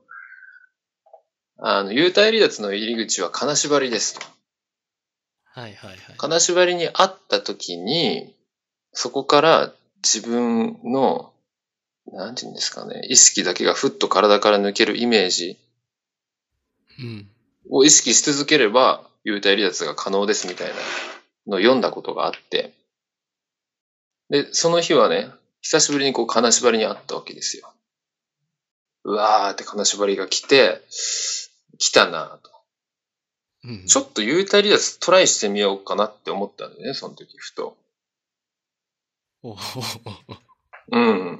あの、幽体離脱の入り口は金縛りですと。 はいはいはい。 金縛りに会った時に、そこから自分の、なんていうんですかね、意識だけがふっと体から抜けるイメージうん。 を意識し続ければ、幽体離脱が可能ですみたいなのを読んだことがあって、で、その日はね、久しぶりにこう金縛りに会ったわけですよ。うわーって金縛りが来て、来たなと。 うん、 ちょっと幽体離脱トライしてみようかなって思ったんだよね、その時、ふと。 おほほほうん。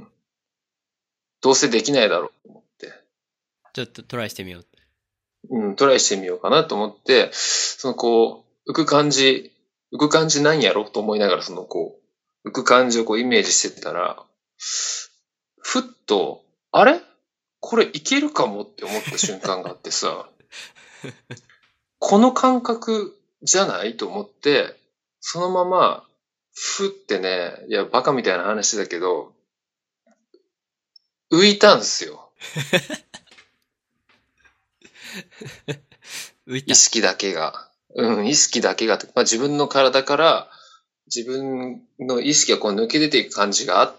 どうせできないだろうと思って。 ちょっとトライしてみようって。 うん、トライしてみようかなと思って、そのこう、浮く感じ、浮く感じなんやろと思いながら、そのこう、浮く感じをこうイメージしてたら、ふっと、あれこれいけるかもって思った瞬間があってさ、この感覚じゃないと思って、そのまま、ふってね、いや、バカみたいな話だけど、浮いたんすよ。 浮いた意。識だけが。うん、意識だけが、まあ、自分の体から自分の意識がこう抜け出ていく感じがあって、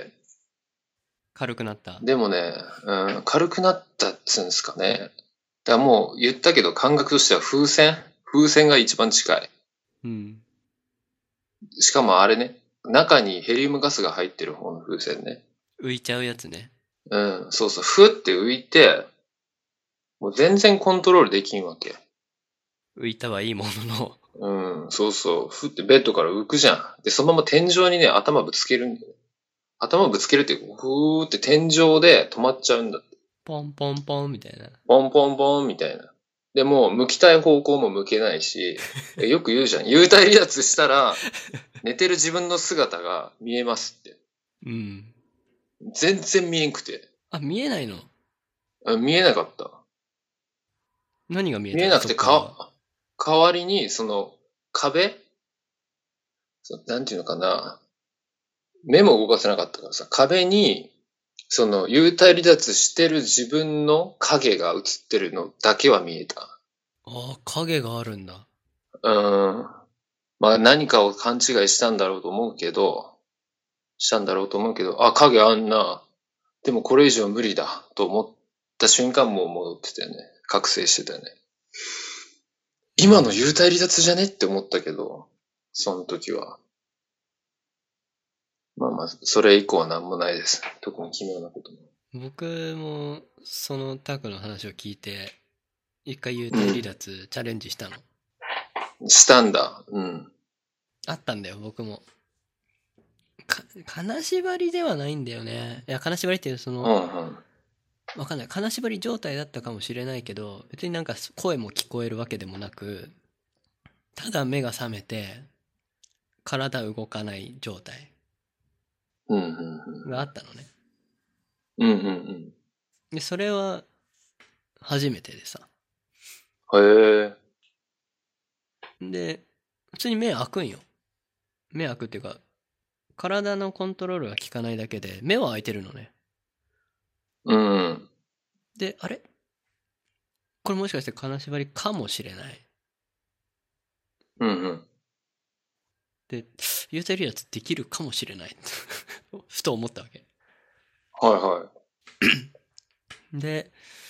軽くなった。 でもね、うん、軽くなったっつうんですかね。だからもう言ったけど感覚としては風船風船が一番近い。 うん。 しかもあれね、中にヘリウムガスが入ってる方の風船ね。 浮いちゃうやつね。 うん、そうそう、ふって浮いて、もう全然コントロールできんわけ。 浮いたはいいものの。うん、そうそう、ふってベッドから浮くじゃん。で、そのまま天井にね、頭ぶつけるんだよ。頭ぶつけるって、ふーって天井で止まっちゃうんだって。 ポンポンポンみたいな。 ポンポンポンみたいな。でも、向きたい方向も向けないし、よく言うじゃん。幽体離脱したら、寝てる自分の姿が見えますって。 うん。 全然見えんくて。 あ、見えないの？ 見えなかった。 何が見えたの？ 見えなくて、か、代わりに、その、壁なんていうのかな。目も動かせなかったからさ、壁に、その、幽体離脱してる自分の影が映ってるのだけは見えた。 ああ、影があるんだ。 うーん。まあ何かを勘違いしたんだろうと思うけど、したんだろうと思うけど、あ、影あんな。でもこれ以上無理だと思った瞬間もう戻ってたよね。覚醒してたよね。今の幽体離脱じゃねって思ったけど、その時は。まあまあ、それ以降は何もないです。特に奇妙なことも。 僕もそのタクの話を聞いて一回幽体離脱チャレンジしたの、 うん、したんだ。うん。 あったんだよ僕も。か金縛りではないんだよね。いや金縛りっていうその、 うんうん、 わかんない、金縛り状態だったかもしれないけど、別になんか声も聞こえるわけでもなく、ただ目が覚めて体動かない状態があったのね。 うんうんうん。 でそれは初めてでさ。 へえ。 で普通に目開くんよ。目開くっていうか体のコントロールが効かないだけで目は開いてるのね。 うん。 で、あれこれもしかして金縛りかもしれない。 うんうん。 で、幽体離脱できるかもしれない。ふと思ったわけ。 はいはい。 で、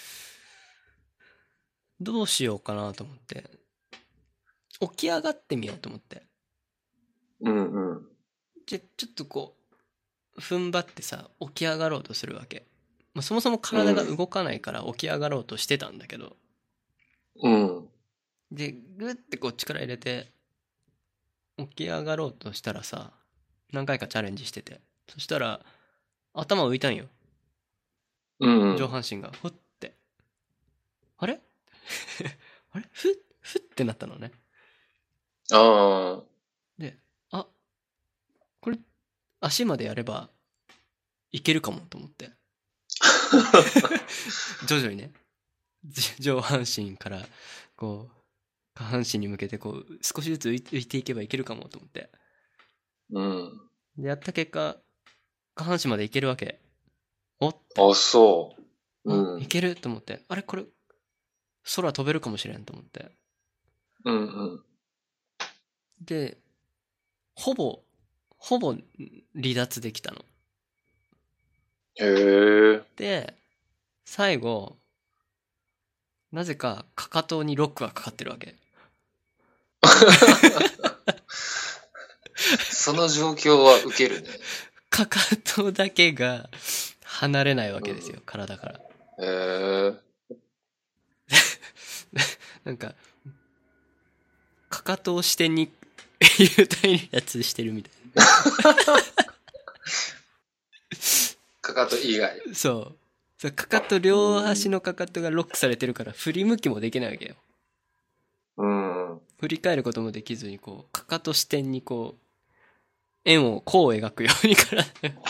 どうしようかなと思って。起き上がってみようと思って。 うんうん。 じゃ、ちょっとこう、踏ん張ってさ、起き上がろうとするわけ。まあ、そもそも体が動かないから起き上がろうとしてたんだけど。 うん。 で、グッてこう力入れて、起き上がろうとしたらさ、何回かチャレンジしてて。そしたら、頭浮いたんよ。 うんうん。 上半身が。ふって。あれあれふっふってなったのね。 ああ。 で、あ、これ、足までやれば、いけるかもと思って。徐々にね、上半身から、こう、下半身に向けて、こう、少しずつ浮いていけばいけるかもと思って。 うん。 で、やった結果、下半身までいけるわけ。おっあ、そう。 あ、 うん。 いけると思って。あれこれ、空飛べるかもしれんと思って。 うんうん。 で、ほぼ、ほぼ離脱できたの。 へえ。 で、最後、なぜかかかとにロックがかかってるわけ。 その状況はウケるね。 かかとだけが離れないわけですよ、うん、体から。 へえ。 なんか、かかとを支点に幽体離脱してるみたいな。 かかと以外。 そう。かかと、両足のかかとがロックされてるから振り向きもできないわけよ。 うん。 振り返ることもできずに、こう、かかと支点にこう、円をこう描くようにから。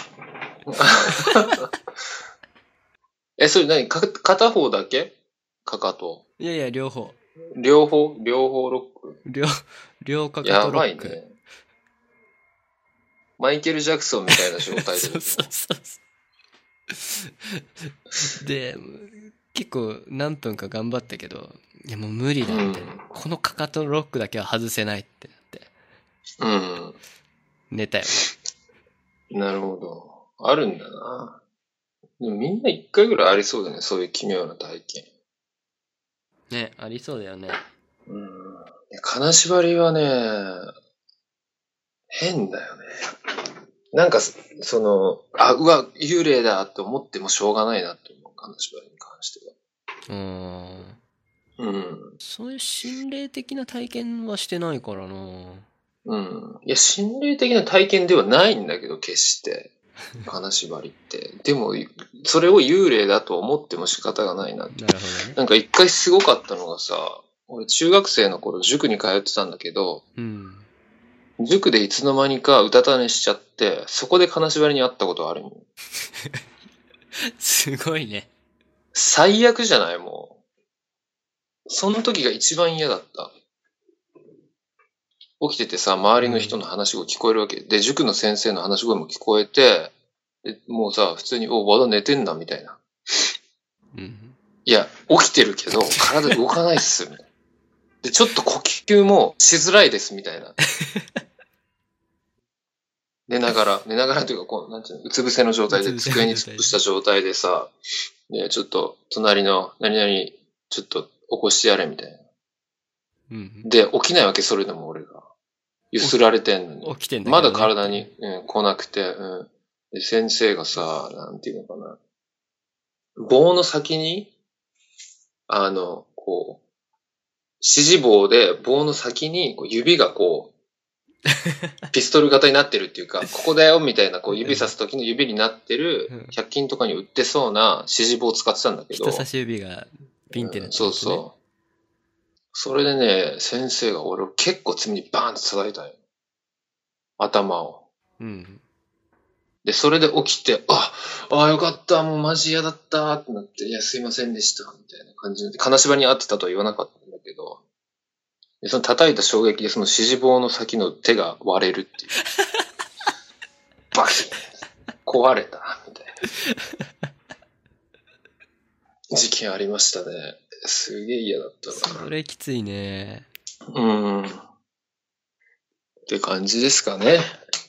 え、それ何か片方だけかかと。 いやいや、両方。 両方両方ロック両、両かかとロック。 やばいね。マイケル・ジャクソンみたいな状態で。 そうそうそう。で、結構何分か頑張ったけど、いやもう無理だって、うん、このかかとロックだけは外せないってなって。 うん。 寝たよ。 なるほど。あるんだな。でもみんな一回ぐらいありそうだね、そういう奇妙な体験。 ね、ありそうだよね。 うん。金縛りはね、 変だよね。なんか、その、あ、うわ、幽霊だって思ってもしょうがないなって思う、金縛りに関しては。 あうん。 そういう心霊的な体験はしてないからな。 うん。いや、心霊的な体験ではないんだけど、決して。金縛りって。でも、それを幽霊だと思っても仕方がないなって。 なるほどね。 なんか一回すごかったのがさ、俺中学生の頃塾に通ってたんだけど、 うん。 塾でいつの間にかうたた寝しちゃって、そこで金縛りにあったことあるんよ。 すごいね。 最悪じゃないもう。その時が一番嫌だった。起きててさ、周りの人の話し声聞こえるわけ。で、塾の先生の話し声も聞こえて、でもうさ、普通に、お、まだ寝てんだ、みたいな。 うん。 いや、起きてるけど、体動かないっす、みたいな。で、ちょっと呼吸もしづらいです、みたいな。寝ながら、寝ながらというか、こう、なんていうの、うつ伏せの状態で、 うつ伏せの状態で机に突っ伏した状態でさ、で、ちょっと、隣の、何々、ちょっと起こしてやれ、みたいな。 うん。 で、起きないわけ、それでも俺が。ゆすられてんのに。 起きてんだけどねまだ体に、うん、来なくて、うん。で、先生がさ、なんていうのかな。棒の先に、あの、こう、指示棒で棒の先にこう指がこう、ピストル型になってるっていうか、ここだよみたいなこう指さす時の指になってる、ひゃく均とかに売ってそうな指示棒を使ってたんだけど。 人差し指がピンってなってる、 うん、そうそう。それでね、先生が俺を結構罪にバーンと叩いたよ。頭を。 うん。 で、それで起きて、あ、ああ、よかった、もうマジ嫌だったってなって、いや、すいませんでした、みたいな感じで、金縛りに合ってたとは言わなかったんだけど、でその叩いた衝撃でその指示棒の先の手が割れるっていう。バキッ壊れた、みたいな。事件ありましたね。すげえ嫌だったな。 それきついね。 うーん。って感じですかね。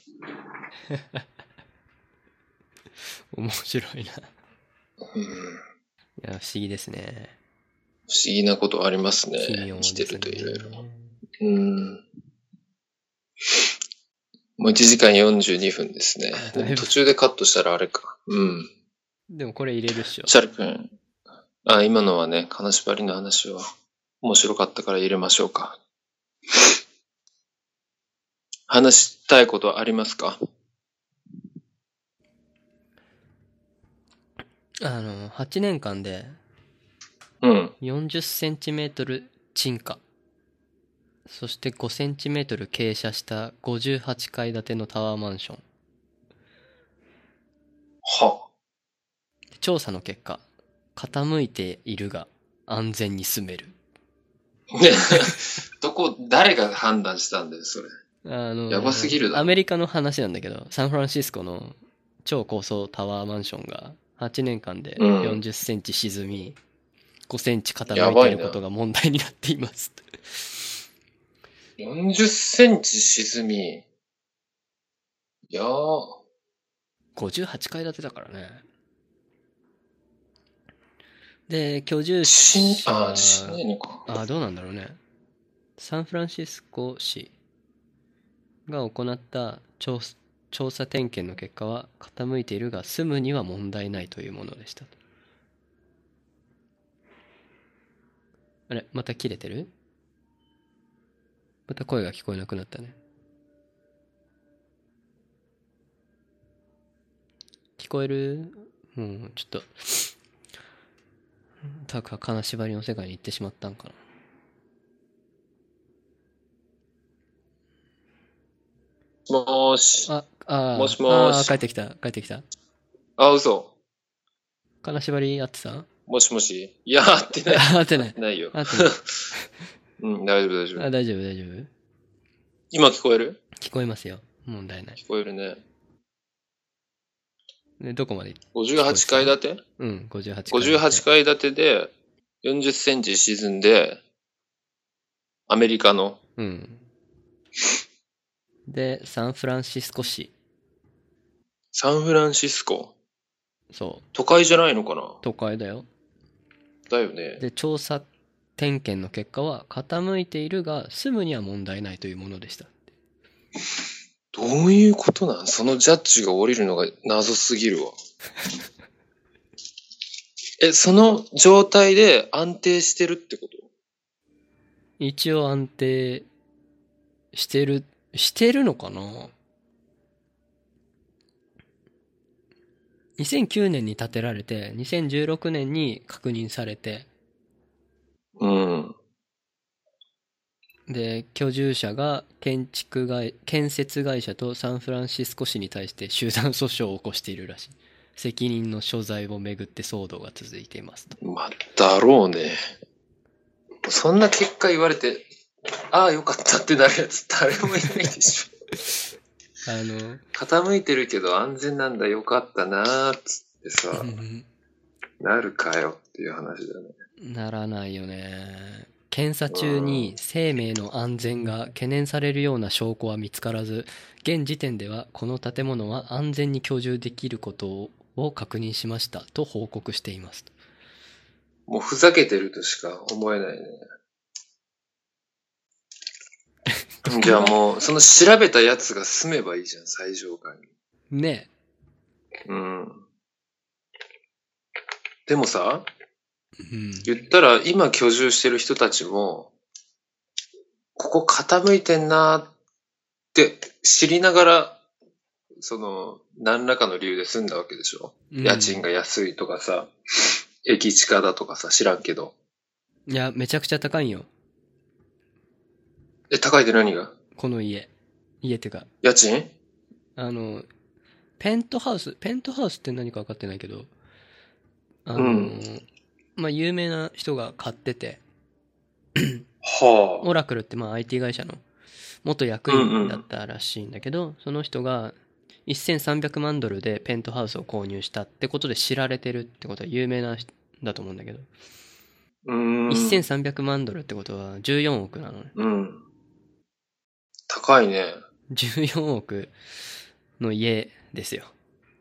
面白いな。いうん。 や、不思議ですね。 不思議なことありますね。 奇妙生きですね。 てるといろいろ。うん。もういちじかんよんじゅうにふんですね。でも途中でカットしたらあれか。うん。 でもこれ入れるっしょ。 シャル君。あ、今のはね、金縛りの話は面白かったから入れましょうか。話したいことありますか？ あの、はちねんかんでうん。 よんじゅっセンチメートル沈下、そしてごセンチメートル傾斜したごじゅうはちかい建てのタワーマンション。 は。 調査の結果、傾いているが安全に住める。 ね、どこ、誰が判断したんだよ、それ。 あの、 やばすぎるだろ。 アメリカの話なんだけど、サンフランシスコの超高層タワーマンションがはちねんかんでよんじゅっセンチ沈み、ごセンチ傾いていることが問題になっています。 よんじゅっセンチ沈み。いやー。 ごじゅうはちかい建てだからね。で、居住者ああ、死ねえのか。 あ、どうなんだろうね。サンフランシスコ市が行った調調査点検の結果は、傾いているが住むには問題ないというものでしたと。あれ、また切れてる？また声が聞こえなくなったね。聞こえる？もうちょっとたか金縛りの世界に行ってしまったんかな。 もーし。 あ、あもしもーしあ、帰ってきた、帰ってきた。 あ、嘘。 金縛りあってた？ もしもし。いや、合ってない。 合ってない。 ないよ。 合ってない。 うん、大丈夫、大丈夫。 あ、大丈夫、大丈夫。 今聞こえる？ 聞こえますよ。問題ない。 聞こえるね。 で、どこまで？ ごじゅうはちかい建て？ うん、ごじゅうはちかい。 ごじゅうはちかい建てでよんじゅっセンチ沈んで、アメリカの。 うん。で、サンフランシスコ市。 サンフランシスコ。 そう。 都会じゃないのかな？ 都会だよ。 だよね。 で、調査点検の結果は、傾いているが、住むには問題ないというものでした。 どういうことなん？そのジャッジが降りるのが謎すぎるわ。え、その状態で安定してるってこと？ 一応安定してる、してるのかな？ にせんきゅう 年に建てられて、にせんじゅうろくねんに確認されて、 うん。 で、居住者が建築会、建設会社とサンフランシスコ市に対して集団訴訟を起こしているらしい。責任の所在をめぐって騒動が続いていますと。 まあ、だろうね。そんな結果言われて、ああ、よかったってなるやつ誰もいないでしょ。 あの、 傾いてるけど安全なんだ、よかったなーっつってさ、なるかよっていう話だね。 ならないよね。検査中に生命の安全が懸念されるような証拠は見つからず、現時点ではこの建物は安全に居住できることを確認しましたと報告しています。 もうふざけてるとしか思えないね。じゃあもう、その調べたやつが住めばいいじゃん、最上階に。 ねうん。でもさ、 え。うん。 言ったら今居住してる人たちも、ここ傾いてんなーって知りながら、その、何らかの理由で住んだわけでしょ。 うん家賃が安いとかさ、駅近だとかさ、知らんけど。 いや、めちゃくちゃ高いんよ。 え、高いって何が？ この家。家っていうか、 家賃？ あの、ペントハウス、ペントハウスって何か分かってないけど、あの、 うんまあ、有名な人が買ってて、 はオラクルってまあ アイティー 会社の元役員だったらしいんだけど、うんうん、その人がせんさんびゃくまんドルでペントハウスを購入したってことで知られてるってことは有名な人だと思うんだけど、 うーん。 せんさんびゃくまんドルってことはじゅうよんおくなのね。 うん。高いね。 じゅうよんおくの家ですよ。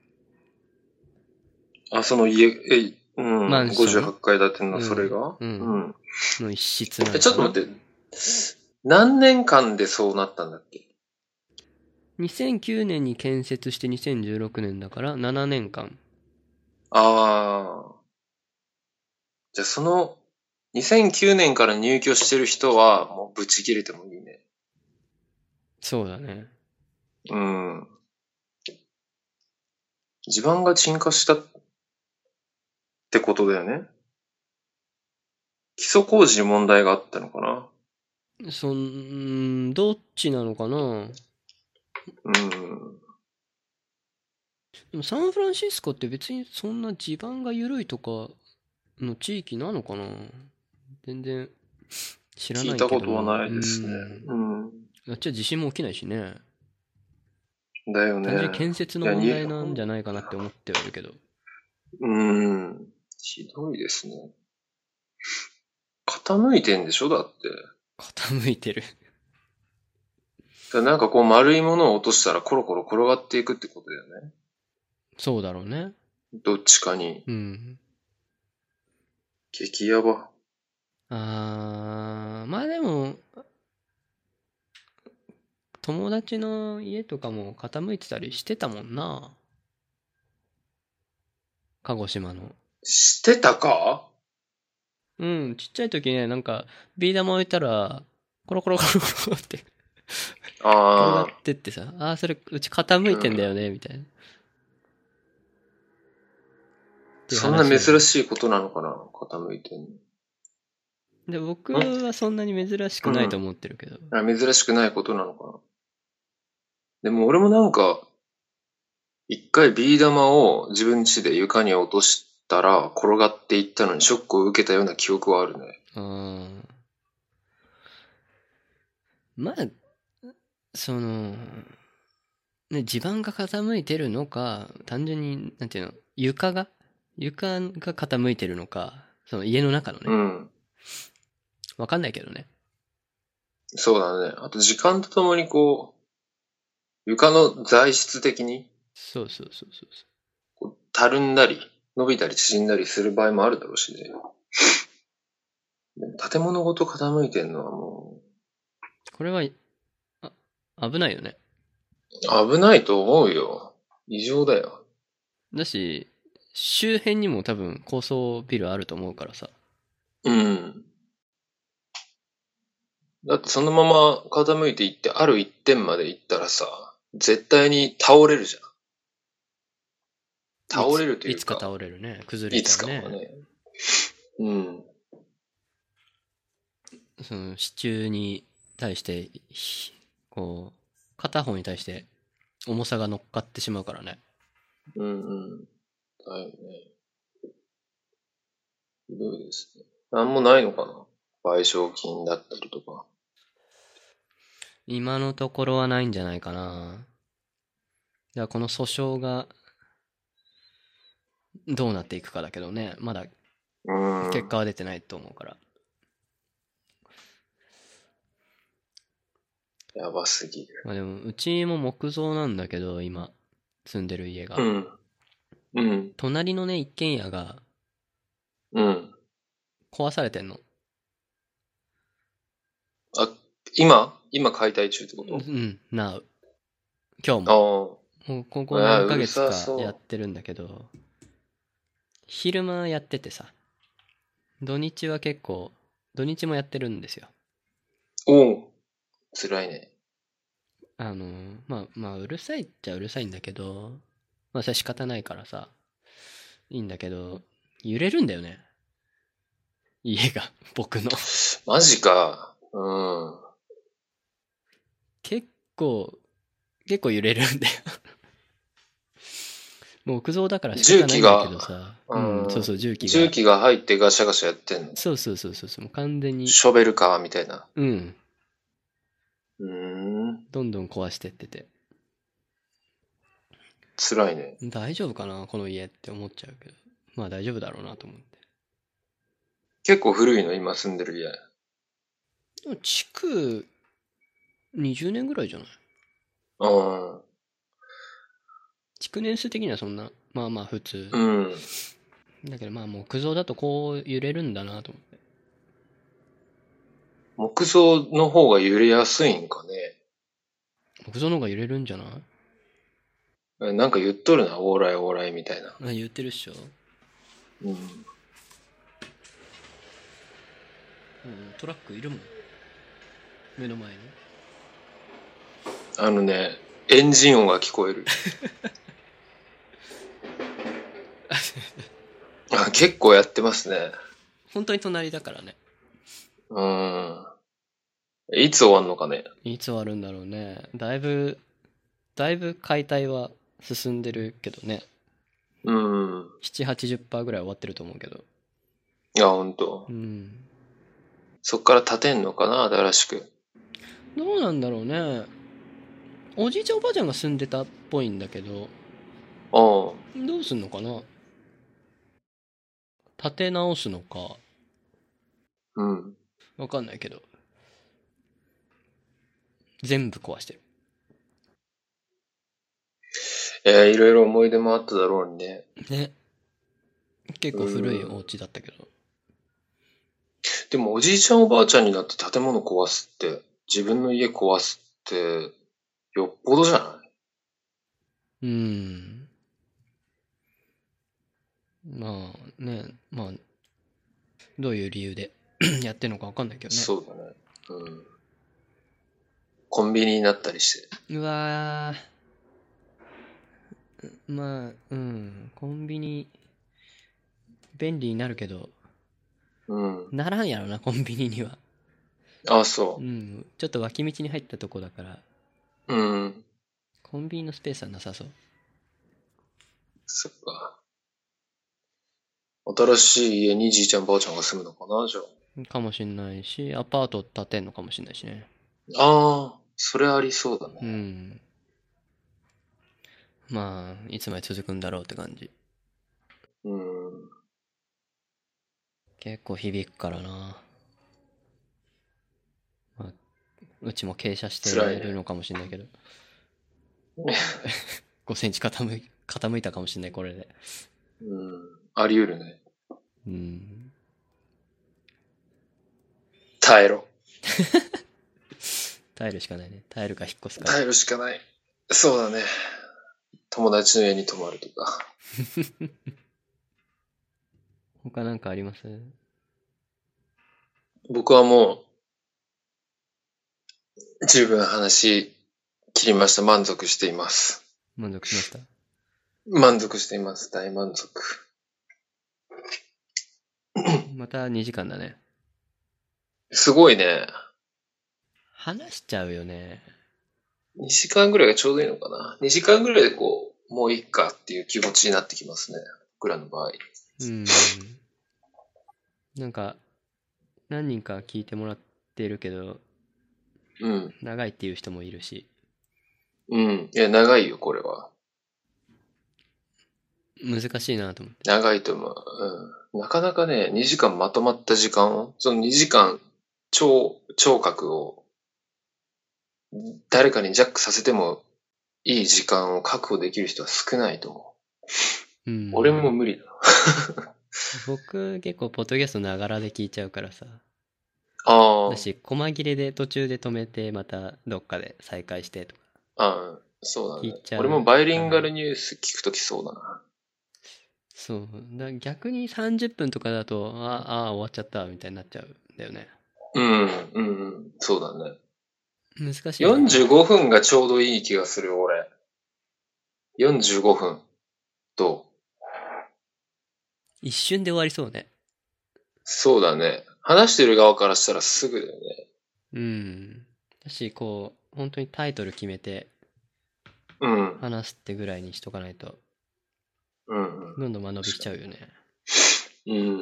あ、その家、え、うん。 マンションごじゅうはちかい建てのそれが、 うんうん、 の一室なのかな。 え、ちょっと待って。何年間でそうなったんだっけ？ にせんきゅうねんに建設してにせんじゅうろくねんだからななねんかん。 ああ。じゃあそのにせんきゅうねんから入居してる人はもうブチ切れてもいいね。 そうだね。 うん。地盤が沈下したってことだよね。基礎工事に問題があったのかな。 そん、どっちなのかな。 うん。 でもサンフランシスコって別にそんな地盤が緩いとかの地域なのかな。全然知らないけど。 聞いたことはないですね。 ううん。 ん。あっちは地震も起きないしね。 だよね。 単純に建設の問題なんじゃないかなって思ってはいるけど。 うん。ひどいですね。傾いてんでしょだって。 傾いてる。 だなんかこう丸いものを落としたらコロコロ転がっていくってことだよね。 そうだろうね。 どっちかに。 うん。 激ヤバ。 あー、まあでも、友達の家とかも傾いてたりしてたもんな。鹿児島の。 してたか？ うん、ちっちゃい時ね、なんか、ビー玉置いたら、コロコロコロコロって転があってってさ、ああ、それ、うち傾いてんだよね、みたいな。 あ。そんな珍しいことなのかな傾いてんの。 で、僕はそんなに珍しくないと思ってるけど。 あ、珍しくないことなのかな。でも俺もなんか、一回ビー玉を自分家で床に落としたら転がっていったのにショックを受けたような記憶はあるね。 あー。まあ、その、ね、地盤が傾いてるのか、単純に、なんていうの、床が床が傾いてるのか、その家の中のね。 うん。 わかんないけどね。 そうだね。あと時間とともにこう、床の材質的にそうそうそうそうそこうたるんだり、伸びたり縮んだりする場合もあるだろうしね。でも建物ごと傾いてんのはもう。これは、あ、危ないよね。 危ないと思うよ。異常だよ。 だし、周辺にも多分高層ビルあると思うからさ。 うん。だってそのまま傾いていって、ある一点まで行ったらさ、絶対に倒れるじゃん。倒れるといついつかいうか、 倒れるね。崩れいつちゃうね。 かはね。うん。 その支柱に対してひこう片方に対して重さが乗っかってしまうからね。 うんうん。だよね。ひどいですね。なんもないのかな、賠償金だったりとか。 今のところはないんじゃないかな。だからこの訴訟がどうなっていくかだけどね。まだうん。 結果は出てないと思うから。 やばすぎる。 まあでもうちも木造なんだけど今住んでる家が、 うん。うん。 隣のね一軒家がうん。 壊されてんの。 あ、今今解体中ってこうと？ ん、なう。今日ああ。 も。もうここ何ヶう月かさそやってるんだけど、昼間やっててさ、土日は結構、土日もやってるんですよ。 う。おお。辛いね。 あの、まあ、まあ、うるさいっちゃうるさいんだけど、まあ、それは仕方ないからさ、いいんだけど、揺れるんだよね。家が、僕の。 マジか。うん。 結構、結構揺れるんだよ。木造だから仕重方ないんだけ機が、 どさ、 ううん、そうん。 そう、重機が、 重機が入ってガシャガシャやってんの。 そうそうそうそう、もう完全に、 ショベルカーみたいな。 うん、 うーん。 どんどん壊してってて、 辛いね。 大丈夫かな、この家って思っちゃうけど、まあ大丈夫だろうなと思って。 結構古いの、今住んでる家。 でも築にじゅうねんぐらいじゃない？ うん。 築年数的にはそんな、まあまあ普通。 うん。 だけどまあ木造だとこう揺れるんだなと思って。 木造の方が揺れやすいんかね。 木造の方が揺れるんじゃない？ えなんか言っとるな、オーライオーライみたいな。 あ、言ってるっしょ。 うん。 うん、トラックいるもん。目の前に。 あのね、エンジン音が聞こえる。あ、結構やってますね。 本当に隣だからね。 うん。いつ終わんのかね。 いつ終わるんだろうね。だいぶ、だいぶ解体は進んでるけどね。 うん。 なな、はちじゅっパーセントぐらい終わってると思うけど。 いや、ほんとう。ん。 そっから建てんのかな、新しく。 どうなんだろうね。おじいちゃんおばあちゃんが住んでたっぽいんだけど、 うん。 どうすんのかな？建て直すのか、 うん。 わかんないけど、全部壊してる。 えー、いろいろ思い出もあっただろうにね。 ね。結構古いおうん。 家だったけど。 でもおじいちゃんおばあちゃんになって建物壊すって、自分の家壊すって、よっぽどじゃなうーん。まあね、まあ、どういう理由でやってんのかわかんないけい？ どね。 そうだね。うん。コンビニになったりして。 うわー、まあ、うん、コンビニ、便利になるけど、 うん。 ならんやろな、コンビニには。 あ、そう。 うん、ちょっと脇道に入ったとこだから、 うん。 コンビニのスペースはなさそう。 そっか。新しい家にじいちゃんばあちゃんが住むのかな、じゃかもしんないし、アパート建てんのかもしんないしね。 あ。ああ、それありそうだうね。 ん。まあ、いつまで続くんだろうって感じ。 うん。 結構響くからな。まあ、うちも傾斜してる辛いね。 のかもしんないけど。ごセンチ傾い傾いたかもしんない、これで。 うん。あり得るね。 うん。 耐えろ。 耐えるしかないね。耐えるか引っ越すか。 耐えるしかない。 そうだね。友達の家に泊まるとか。 他なんかあります？ 僕はもう十分話し切りました。満足しています。 満足しました。 満足しています。大満足。 またにじかんだね。 すごいね。 話しちゃうよね。 にじかんぐらいがちょうどいいのかな。にじかんぐらいでこう、もういいかっていう気持ちになってきますね。僕らの場合。 うん。なんか、何人か聞いてもらってるけど、 うん。 長いっていう人もいるし。 うん。いや、長いよ、これは。 難しいなと思って。 長いと思う。うん。なかなかね、にじかんまとまった時間を、そのにじかん超、聴覚を誰かにジャックさせてもいい時間を確保できる人は少ないと思う。 うん。 俺も無理だ。 僕結構ポッドキャストながらで聞いちゃうからさ。 あだし、細切れで途中で止めてまたどっかで再開してとかあ、ああ、そうだね。 聞いちゃう。 俺もバイリンガルニュース聞くときそうだな。 そう。だ逆にさんじゅっぷんとかだと、ああ、終わっちゃったみたいになっちゃうんだよね。 うん、うん、うん、そうだね。 難しいな。 よんじゅうごふんがちょうどいい気がする、俺。よんじゅうごふんと、 一瞬で終わりそうね。 そうだね。話してる側からしたらすぐだよね。 うん。だし、こう、本当にタイトル決めてうん、 話すってぐらいにしとかないと、 うん、 どんどん間延びしちゃうよね。 うん。うん。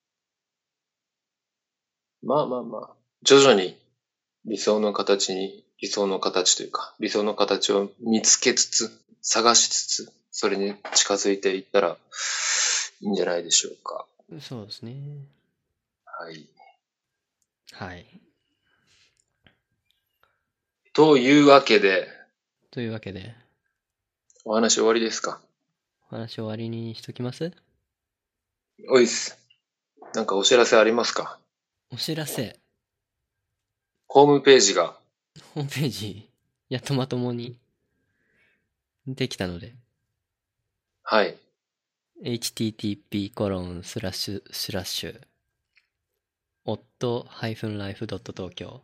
まあまあまあ、徐々に理想の形に、理想の形というか、理想の形を見つけつつ、探しつつ、それに近づいていったらいいんじゃないでしょうか。 そうですね。 はい。 はい。 というわけで、 というわけで、 お話終わりですか？ お話終わりにしときます？ おいっす。なんかお知らせありますか？ お知らせ。 ホームページが、 ホームページ、やっとまともにできたので、 はい。 エイチティーティーピー コロンスラッシュスラッシュ オット ライフ ドット 東京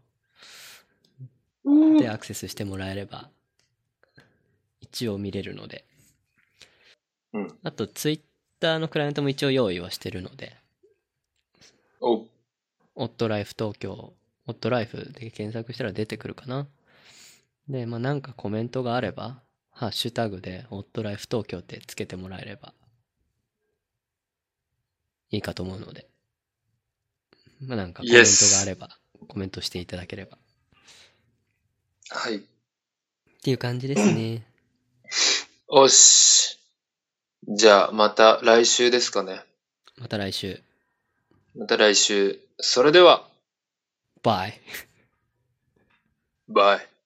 でアクセスしてもらえれば一応見れるので、 うん。 あとツイッターのクライアントも一応用意はしてるので、 お、 オットライフ東京、オットライフで検索したら出てくるかな。で、まあなんかコメントがあれば、ハッシュタグでオットライフ東京ってつけてもらえればいいかと思うので、まあなんかコメントがあればコメントしていただければはい。 っていう感じですね。 おし。じゃあ、また来週ですかね。 また来週。 また来週。それでは、 バイ。 バイ。